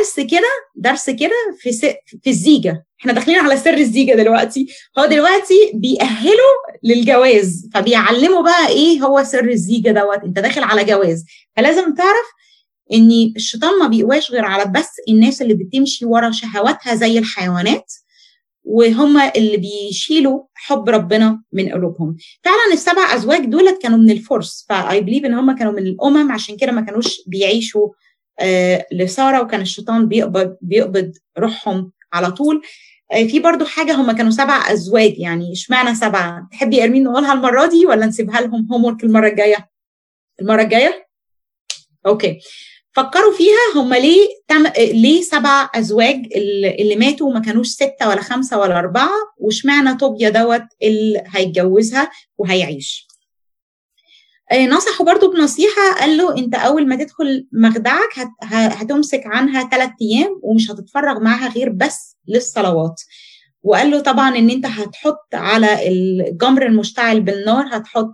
درس كده في الزيجة. احنا داخلين على سر الزيجة دلوقتي. هو دلوقتي بيأهله للجواز، فبيعلمه بقى ايه هو سر الزيجة دوت. انت داخل على جواز، فلازم تعرف ان الشيطان ما بيقواش غير على بس الناس اللي بتمشي ورا شهواتها زي الحيوانات، وهم اللي بيشيلوا حب ربنا من قلوبهم. فعلا ال7 أزواج دولت كانوا من الفرس، فاي بليف ان هم كانوا من الامم، عشان كده ما كانوش بيعيشوا لساره، وكان الشيطان بيقبض روحهم على طول. في برضو حاجه، هم كانوا 7 أزواج، يعني اشمعنى 7؟ تحبي ارمين نقولها المره دي ولا نسيبها لهم هوم ورك المره الجايه؟ اوكي. فكروا فيها هم ليه 7 أزواج اللي ماتوا ما كانوش 6 ولا 5 ولا 4، واشمعنى طوبيا دوت اللي هيتجوزها وهيعيش. نصحه برضو بنصيحة، قال له انت اول ما تدخل مخدعك هتمسك عنها 3 أيام ومش هتتفرغ معاها غير بس للصلوات. وقال له طبعا ان انت هتحط على الجمر المشتعل بالنار هتحط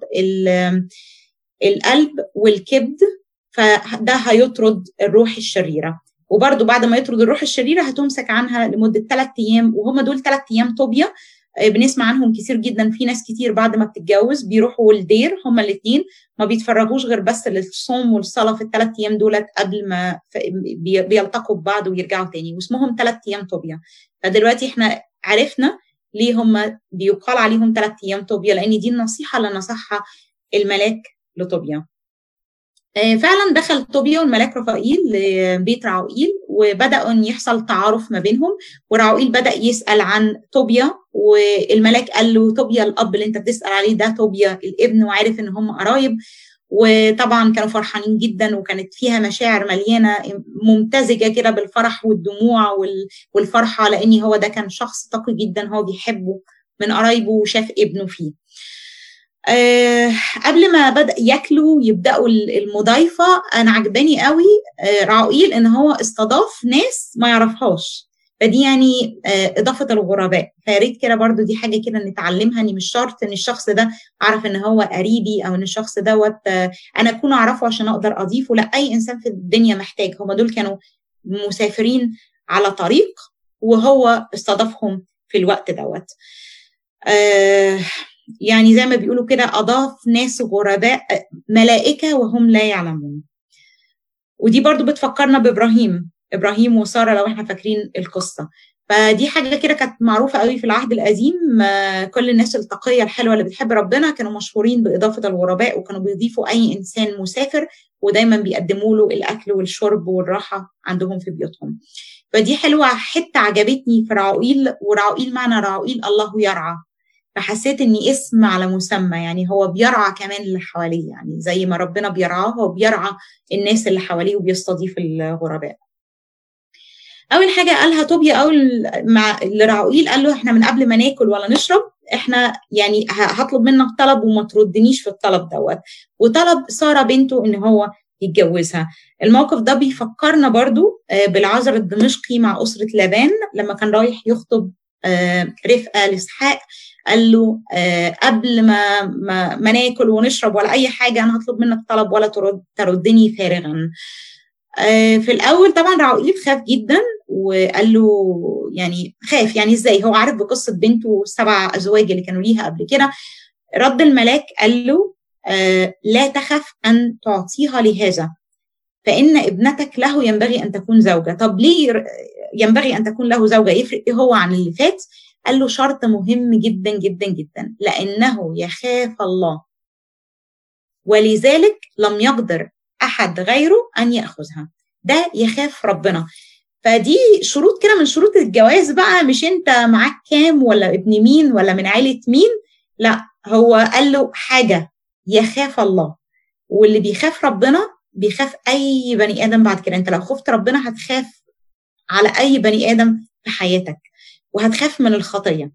القلب والكبد، فده هيطرد الروح الشريرة. وبرضو بعد ما يطرد الروح الشريرة هتمسك عنها لمدة 3 أيام، وهم دول 3 أيام طوبيا. بنسمع عنهم كتير جدا، في ناس كتير بعد ما بتتجوز بيروحوا الدير هما الاثنين، ما بيتفرغوش غير بس للصوم والصلاة في ال3 أيام دولت قبل ما بيلتقوا ببعض ويرجعوا تاني، واسمهم 3 أيام طوبيا. فدلوقتي احنا عرفنا ليه هم بيقال عليهم 3 أيام طوبيا، لأن دي النصيحة اللي نصحها الملاك لطوبيا. فعلا دخل طوبيا والملاك رفائيل لبيت رعوئيل، وبدأوا ان يحصل تعارف ما بينهم، ورعوئيل بدأ يسأل عن طوبيا، والملاك قال له طوبيا الأب اللي انت بتسأل عليه ده طوبيا الابن، وعارف ان هم قرايب. وطبعا كانوا فرحانين جدا، وكانت فيها مشاعر مليانة ممتزجة كده بالفرح والدموع والفرحة، لأن هو ده كان شخص تقي جدا هو بيحبه من قرايبه وشاف ابنه فيه. قبل ما بدأ ياكلوا يبدأوا المضايفة، أنا عجباني قوي رعوئيل إن هو استضاف ناس ما يعرفهاش، فدي يعني إضافة الغرباء. فياريت كده برضو دي حاجة كده نتعلمها، إن مش شرط إن الشخص ده أعرف إن هو قريبي، أو إن الشخص دوت أنا أكون أعرفه عشان أقدر أضيفه. لا، أي إنسان في الدنيا محتاج. هما دول كانوا مسافرين على طريق وهو استضافهم في الوقت دوت. يعني زي ما بيقولوا كده أضاف ناس غرباء ملائكة وهم لا يعلمون. ودي برضو بتفكرنا بإبراهيم وسارة لو احنا فاكرين القصة. فدي حاجة كده كانت معروفة قوي في العهد القديم. كل الناس التقية الحلوة اللي بتحب ربنا كانوا مشهورين بإضافة الغرباء، وكانوا بيضيفوا أي إنسان مسافر، ودايما بيقدموا له الأكل والشرب والراحة عندهم في بيوتهم. فدي حلوة، حتة عجبتني في رعوئيل. ورعوئيل معنى رعوئيل الله يرعى، فحسيت اني اسم على مسمى، يعني هو بيرعى كمان اللي حواليه، يعني زي ما ربنا بيرعاه هو بيرعى الناس اللي حواليه وبيستضيف الغرباء. اول حاجه قالها طوبيا مع لرعوئيل، قال له احنا من قبل ما ناكل ولا نشرب احنا يعني هطلب منك طلب وما تردنيش في الطلب دوت، وطلب ساره بنته ان هو يتجوزها. الموقف ده بيفكرنا برضو بالعذر الدمشقي مع أسرة لابان لما كان رايح يخطب رفقة لإسحاق، قال له قبل ما ناكل ونشرب ولا أي حاجة أنا هطلب منك طلب ولا تردني فارغا. في الأول طبعا رعوئيل خاف جدا، وقال له يعني خاف يعني إزاي، هو عارف بقصة بنته 7 أزواج اللي كانوا ليها قبل كده. رد الملاك قال له لا تخف أن تعطيها لهذا، فإن ابنتك له ينبغي أن تكون زوجة. طب ليه ينبغي أن تكون له زوجة؟ يفرق إيه هو عن اللي فات؟ قال له شرط مهم جدا جدا جدا، لأنه يخاف الله ولذلك لم يقدر أحد غيره أن يأخذها. ده يخاف ربنا. فدي شروط كده من شروط الجواز بقى، مش أنت معاك كام ولا ابن مين ولا من عائلة مين، لا، هو قال له حاجة يخاف الله. واللي بيخاف ربنا بيخاف أي بني آدم بعد كده. أنت لو خفت ربنا هتخاف على أي بني آدم في حياتك، وهتخاف من الخطية.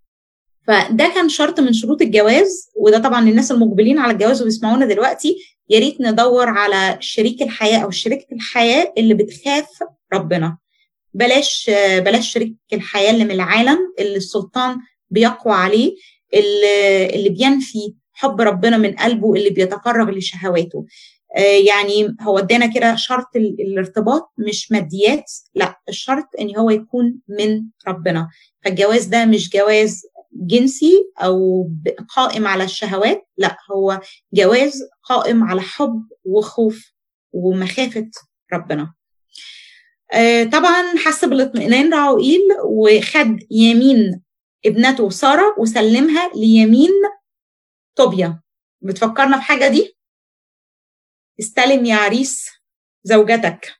فده كان شرط من شروط الجواز. وده طبعا الناس المقبلين على الجواز وبيسمعونا دلوقتي، يا ريت ندور على شريك الحياة أو شريكة الحياة اللي بتخاف ربنا. بلاش شريك الحياة اللي من العالم، اللي السلطان بيقوى عليه، اللي بينفي حب ربنا من قلبه، اللي بيتفرغ لشهواته. يعني هو ادانا كده شرط الارتباط مش ماديات، لا، الشرط ان هو يكون من ربنا. فالجواز ده مش جواز جنسي او قائم على الشهوات، لا، هو جواز قائم على حب وخوف ومخافة ربنا. طبعا حس بالاطمئنان رعوئيل، وخد يمين ابنته سارة وسلمها ليمين طوبيا. بتفكرنا في حاجة دي؟ استلم يا عريس زوجتك.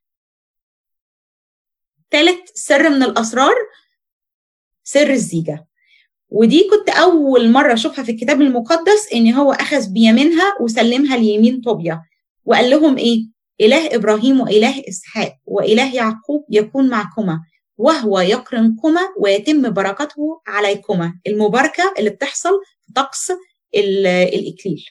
ثالث سر من الأسرار سر الزيجة، ودي كنت أول مرة أشوفها في الكتاب المقدس، إن هو أخذ بيمينها وسلمها ليمين طوبيا، وقال لهم إيه؟ إله إبراهيم وإله إسحاق وإله يعقوب يكون معكما وهو يقرنكما ويتم بركته عليكما. المباركة اللي بتحصل في طقس الإكليل.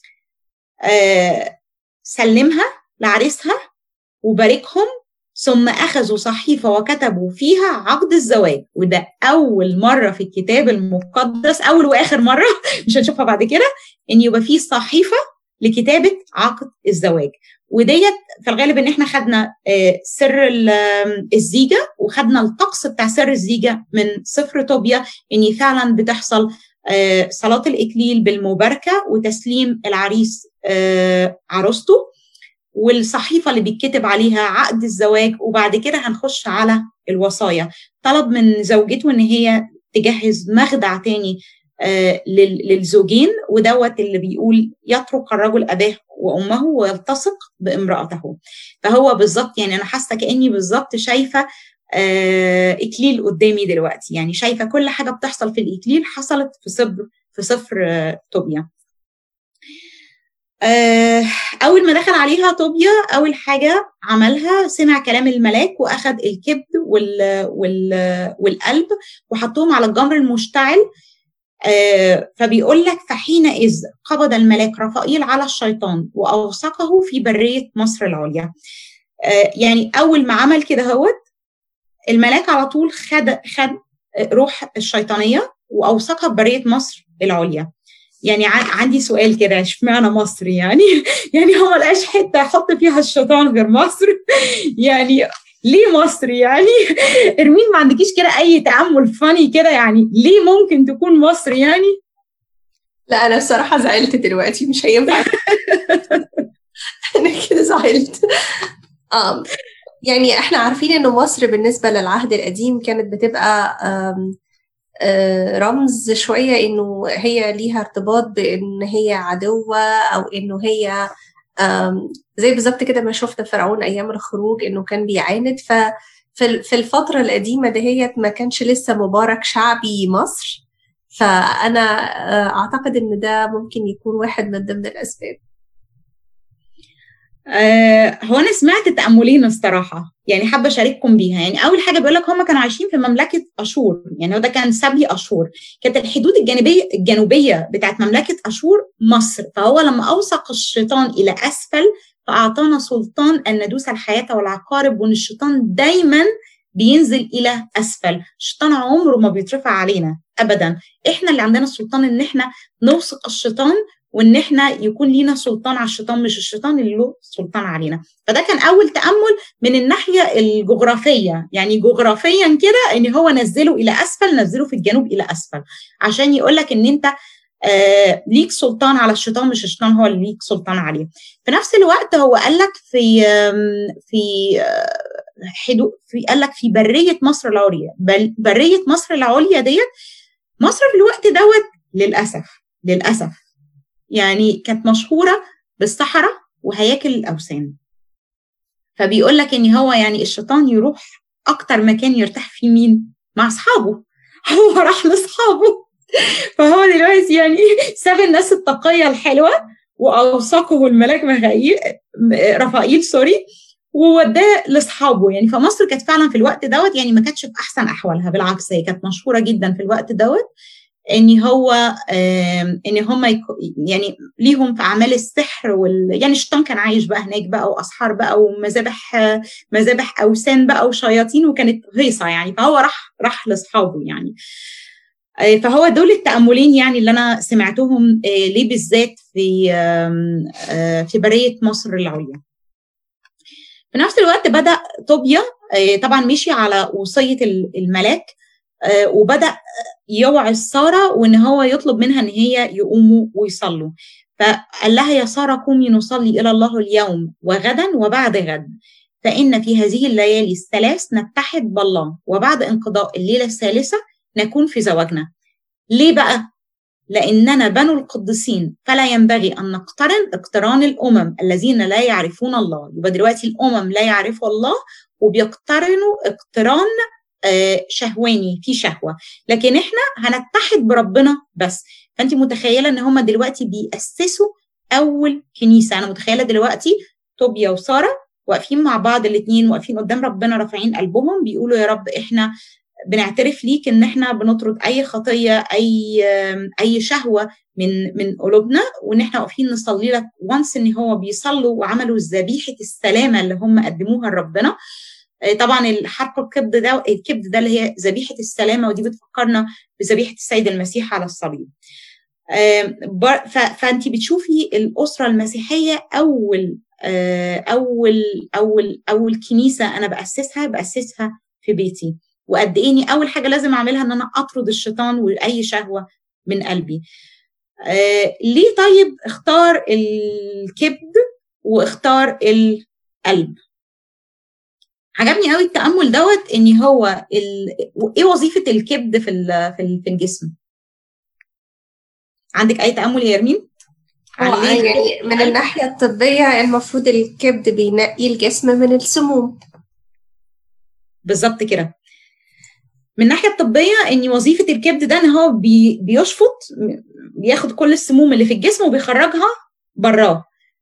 سلمها لعريسها وباركهم، ثم أخذوا صحيفة وكتبوا فيها عقد الزواج. وده أول مرة في الكتاب المقدس، أول وآخر مرة مش هنشوفها بعد كده، إن يبقى فيه صحيفة لكتابة عقد الزواج. وديت في الغالب إن إحنا خدنا سر الزيجة، وخدنا الطقس بتاع سر الزيجة من سفر طوبيا، إن فعلا بتحصل صلاة الإكليل بالمباركة وتسليم العريس عروسته، والصحيفة اللي بيتكتب عليها عقد الزواج. وبعد كده هنخش على الوصايا. طلب من زوجته ان هي تجهز مخدع تاني للزوجين، ودوت اللي بيقول يترك الرجل أباه وأمه ويلتصق بامرأته. فهو بالظبط يعني أنا حاسة كأني بالظبط شايفة إكليل قدامي دلوقتي، يعني شايفة كل حاجة بتحصل في الإكليل حصلت في سفر طوبيا. أول ما دخل عليها طوبيا أول حاجة عملها سمع كلام الملاك، وأخذ الكبد والقلب وحطهم على الجمر المشتعل. فبيقول لك فحينئذ قبض الملاك رفائيل على الشيطان وأوثقه في برية مصر العليا. يعني أول ما عمل كده هوت الملاك على طول خد روح الشيطانية وأوثقها في برية مصر العليا. يعني عندي سؤال كده، اشمعنى مصر يعني هو ما لقاش حته يحط فيها الشيطان غير مصر؟ يعني ليه مصر يعني؟ ارمين ما عندكيش كده اي تامل فاني كده يعني ليه ممكن تكون مصر يعني؟ لا انا بصراحه زعلت دلوقتي، مش هينفع. انا كده زعلت. يعني احنا عارفين انه مصر بالنسبه للعهد القديم كانت بتبقى رمز شوية إنه هي ليها ارتباط بإن هي عدوة، أو إنه هي زي بالظبط كده ما شفنا فرعون أيام الخروج إنه كان بيعاند. ففي الفترة القديمة دهيت ما كانش لسه مبارك شعبي مصر، فأنا أعتقد إن ده ممكن يكون واحد من ضمن الأسباب. هو أنا سمعت تأملين الصراحة، يعني حابة أشارككم بيها. يعني أول حاجة بيقول لك هم كانوا عايشين في مملكة أشور، يعني ده كان سبي أشور، كانت الحدود الجنوبية بتاعت مملكة أشور مصر. فهو لما أوثق الشيطان إلى أسفل فأعطانا سلطان أن ندوس الحياة والعقارب، وأن الشيطان دايما بينزل إلى أسفل. الشيطان عمره ما بيترفع علينا أبدا، إحنا اللي عندنا السلطان إن إحنا نوثق الشيطان، وان احنا يكون لينا سلطان على الشيطان مش الشيطان اللي له سلطان علينا. فده كان اول تامل من الناحيه الجغرافيه، يعني جغرافيا كده ان هو نزله الى اسفل، نزله في الجنوب الى اسفل عشان يقول لك ان انت ليك سلطان على الشيطان مش الشيطان هو اللي ليك سلطان عليه. في نفس الوقت هو قال لك قال لك في بريه مصر العليا. بريه مصر العليا ديت مصر في الوقت دوت للاسف يعني كانت مشهورة بالصحراء وهياكل الأوثان. فبيقول لك إن هو يعني الشيطان يروح أكتر مكان يرتاح فيه مين؟ مع أصحابه. هو راح لأصحابه. فهو دلوقتي يعني ساب الناس التقية الحلوة وأوثقه الملاك رفائيل ووداه لأصحابه. يعني فمصر كانت فعلا في الوقت دوت يعني ما كانتش في أحسن أحوالها، بالعكس هي كانت مشهورة جدا في الوقت دوت ان هم يعني ليهم في اعمال السحر يعني الشيطان كان عايش بقى هناك بقى، واسحار بقى ومذابح اوثان بقى وشياطين، وكانت هيصه يعني. فهو راح لاصحابه يعني. فهو دول التاملين يعني اللي انا سمعتهم ليه بالذات في بريه مصر العليا. في نفس الوقت بدا طوبيا طبعا مشي على وصيه الملاك، وبدأ يوعظ سارة وإن هو يطلب منها إن هي يقوموا ويصلوا. فقال لها يا سارة قومي نصلي إلى الله اليوم وغدا وبعد غد، فإن في هذه الليالي الثلاث نتحد بالله، وبعد انقضاء الليلة الثالثة نكون في زواجنا. ليه بقى؟ لأننا بنو القديسين فلا ينبغي أن نقترن اقتران الأمم الذين لا يعرفون الله. يبقى دلوقتي الأمم لا يعرفوا الله وبيقترنوا اقتران شهواني في شهوة، لكن احنا هنتحد بربنا بس. فانت متخيلة ان هم دلوقتي بيأسسوا اول كنيسة. انا متخيلة دلوقتي طوبيا وسارة واقفين مع بعض الاثنين، واقفين قدام ربنا رافعين قلبهم بيقولوا يا رب احنا بنعترف ليك ان احنا بنطرد اي خطيه، اي شهوه من قلوبنا، وان احنا واقفين نصلي لك وانس ان هو بيصلوا وعملوا ذبيحه السلامه اللي هم قدموها لربنا. طبعا الحرق الكبد ده اللي هي ذبيحه السلامه، ودي بتفكرنا بذبيحه السيد المسيح على الصليب. فانت بتشوفي الاسره المسيحيه اول كنيسه انا باسسها في بيتي، وقد ايه اول حاجه لازم اعملها ان انا اطرد الشيطان واي شهوه من قلبي. ليه طيب اختار الكبد واختار القلب؟ عجبني قوي التامل دوت، ان هو ايه وظيفه الكبد في الجسم؟ عندك اي تامل يا يرمين؟ يعني من الناحيه الطبيه المفروض الكبد بينقي الجسم من السموم. بالظبط كده. من الناحيه الطبيه ان وظيفه الكبد ده ان هو بيشفط، بياخد كل السموم اللي في الجسم وبيخرجها براه.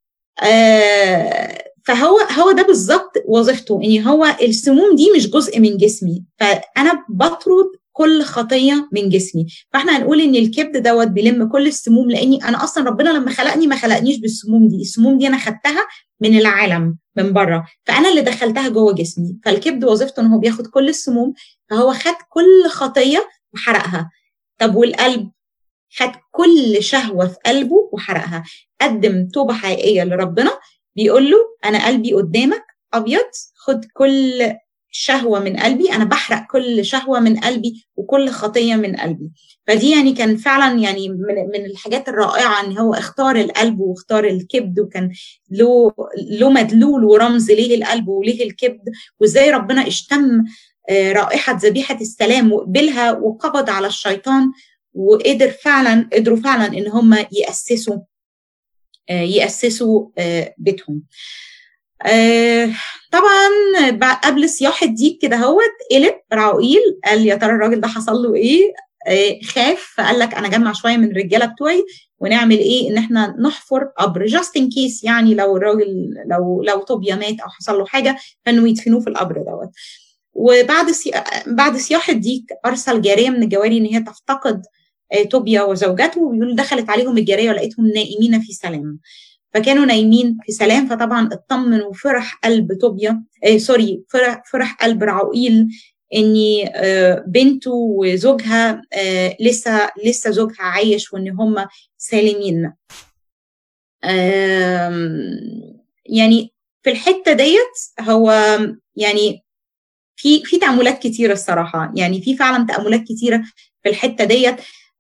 فهو ده بالظبط وظيفته، ان هو السموم دي مش جزء من جسمي، فانا بطرد كل خطيه من جسمي. فاحنا هنقول ان الكبد دوت بيلم كل السموم، لاني انا اصلا ربنا لما خلقني ما خلقنيش بالسموم دي، السموم دي انا خدتها من العالم من بره، فانا اللي دخلتها جوه جسمي. فالكبد وظيفته ان هو بياخد كل السموم، فهو خد كل خطيه وحرقها. طب والقلب؟ خد كل شهوه في قلبه وحرقها، قدم توبه حقيقيه لربنا، بيقول له انا قلبي قدامك ابيض، خد كل شهوه من قلبي، انا بحرق كل شهوه من قلبي وكل خطيه من قلبي. فدي يعني كان فعلا يعني من الحاجات الرائعه ان هو اختار القلب واختار الكبد، وكان له مدلول ورمز ليه القلب وليه الكبد، وازاي ربنا اشتم رائحه ذبيحه السلام وقبلها وقبض على الشيطان، قدروا فعلا ان هم يأسسوا بيتهم. طبعا قبل صياح الديك كده هوت قلب راؤيل، قال يا ترى الراجل ده حصل له ايه؟ خاف، فقال لك انا جمع شويه من الرجاله بتوعي ونعمل ايه، ان احنا نحفر قبر جاست ان كيس، يعني لو الراجل لو طوبيا مات او حصل له حاجه فانه يدفنوه في القبر دوت. بعد صياح الديك ارسل جاريه من الجواري ان هي تفتقد طوبيا وزوجته، ويقول دخلت عليهم الجاريه ولقيتهم نائمين في سلام. فكانوا نايمين في سلام، فطبعا اطمن وفرح قلب طوبيا فرح قلب راؤيل ان بنته وزوجها لسه زوجها عايش وان هم سالمين. يعني في الحته ديت هو يعني في تأملات كتيرة الصراحة، يعني في فعلا تأملات كتيرة في الحتة ديت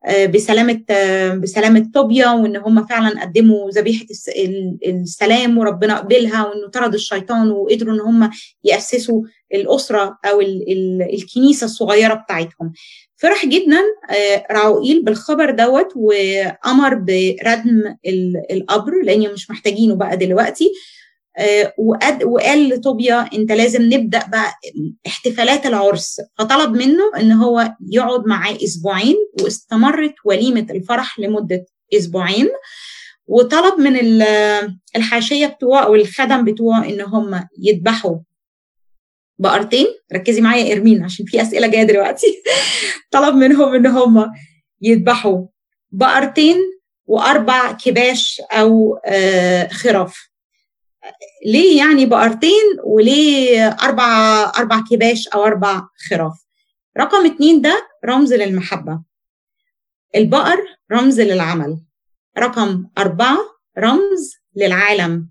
بسلامة طوبيا، وان هم فعلا قدموا ذبيحة السلام وربنا قبلها، وانه طرد الشيطان وقدروا ان هم يأسسوا الأسرة او الكنيسة الصغيرة بتاعتهم. فرح جدا راؤيل بالخبر دوت، وأمر بردم القبر لأنه مش محتاجينه بقى دلوقتي. وقال لطوبيا انت لازم نبدا بقى احتفالات العرس، فطلب منه ان هو يقعد معاه اسبوعين، واستمرت وليمه الفرح لمده اسبوعين. وطلب من الحاشيه بتوعه او الخدم بتوعه ان هم يذبحوا بقرتين. ركزي معايا يا إرمين عشان في اسئله جايه دلوقتي. طلب منهم ان هم يذبحوا بقرتين و4 كباش او خراف. ليه يعني بقرتين وليه 4 كباش أو 4 خراف؟ رقم 2 ده رمز للمحبة، البقر رمز للعمل، رقم 4 رمز للعالم،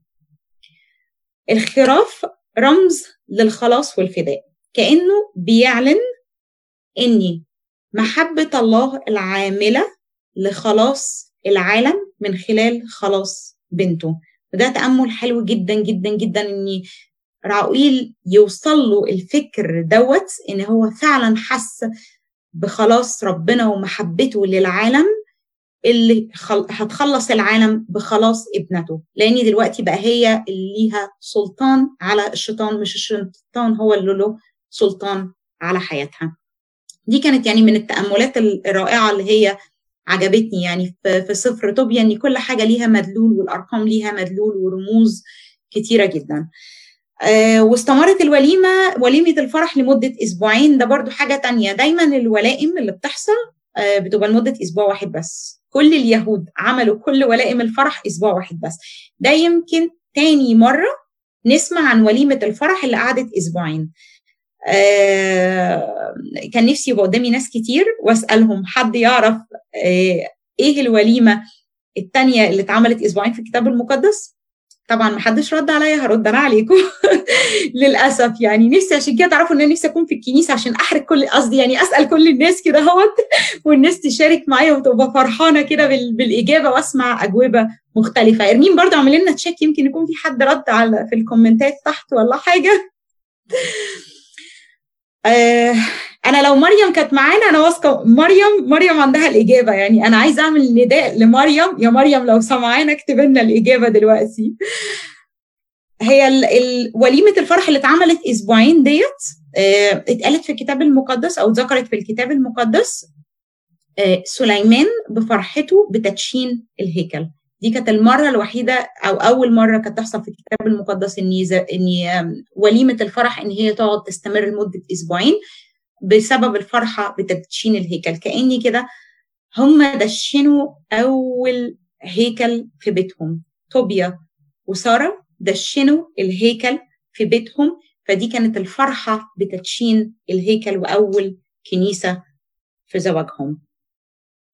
الخراف رمز للخلاص والفداء. كأنه بيعلن إن محبة الله العاملة لخلاص العالم من خلال خلاص بنته. وده تأمل حلو جدا جدا جدا، ان راؤيل يوصل له الفكر دوت، ان هو فعلا حس بخلاص ربنا ومحبته للعالم اللي هتخلص العالم بخلاص ابنته، لان دلوقتي بقى هي اللي ليها سلطان على الشيطان، مش الشيطان هو اللي له سلطان على حياتها. دي كانت يعني من التأملات الرائعة اللي هي عجبتني يعني في سفر طوبيا، ان كل حاجه ليها مدلول والارقام ليها مدلول ورموز كتيره جدا. واستمرت الوليمة، وليمة الفرح لمدة أسبوعين. ده برضو حاجة تانية، دايما الولائم اللي بتحصل بتبقى لمدة أسبوع واحد بس. كل اليهود عملوا كل ولائم الفرح أسبوع واحد بس. ده يمكن تاني مرة نسمع عن وليمة الفرح اللي قعدت أسبوعين. كان نفسي يبقى قدامي ناس كتير وأسألهم حد يعرف إيه الوليمة التانية اللي اتعملت أسبوعين في الكتاب المقدس. طبعا ما حدش رد عليا، هرد انا عليكم للاسف. يعني نفسي عشان كده تعرفوا ان انا نفسي اكون في الكنيسه عشان احرق كل، قصدي يعني اسال كل الناس كده اهوت والناس تشارك معايا وتبقى فرحانه كده بالاجابه واسمع اجوبه مختلفه. ارمين برضو اعمل لنا تشيك، يمكن يكون في حد رد على في الكومنتات تحت ولا حاجه. انا لو مريم كانت معانا انا واثقه مريم عندها الاجابه. يعني انا عايزه اعمل نداء لمريم، يا مريم لو سمعانا اكتب لنا الاجابه دلوقتي. هي وليمه الفرح اللي اتعملت اسبوعين ديت اتقالت في الكتاب المقدس او ذكرت في الكتاب المقدس سليمان بفرحته بتدشين الهيكل. دي كانت المره الوحيده او اول مره كانت تحصل في الكتاب المقدس ان وليمه الفرح ان هي تقعد تستمر لمده اسبوعين بسبب الفرحه بتدشين الهيكل. كاني كده هم دشنوا اول هيكل في بيتهم، طوبيا وساره دشنوا الهيكل في بيتهم، فدي كانت الفرحه بتدشين الهيكل واول كنيسه في زواجهم.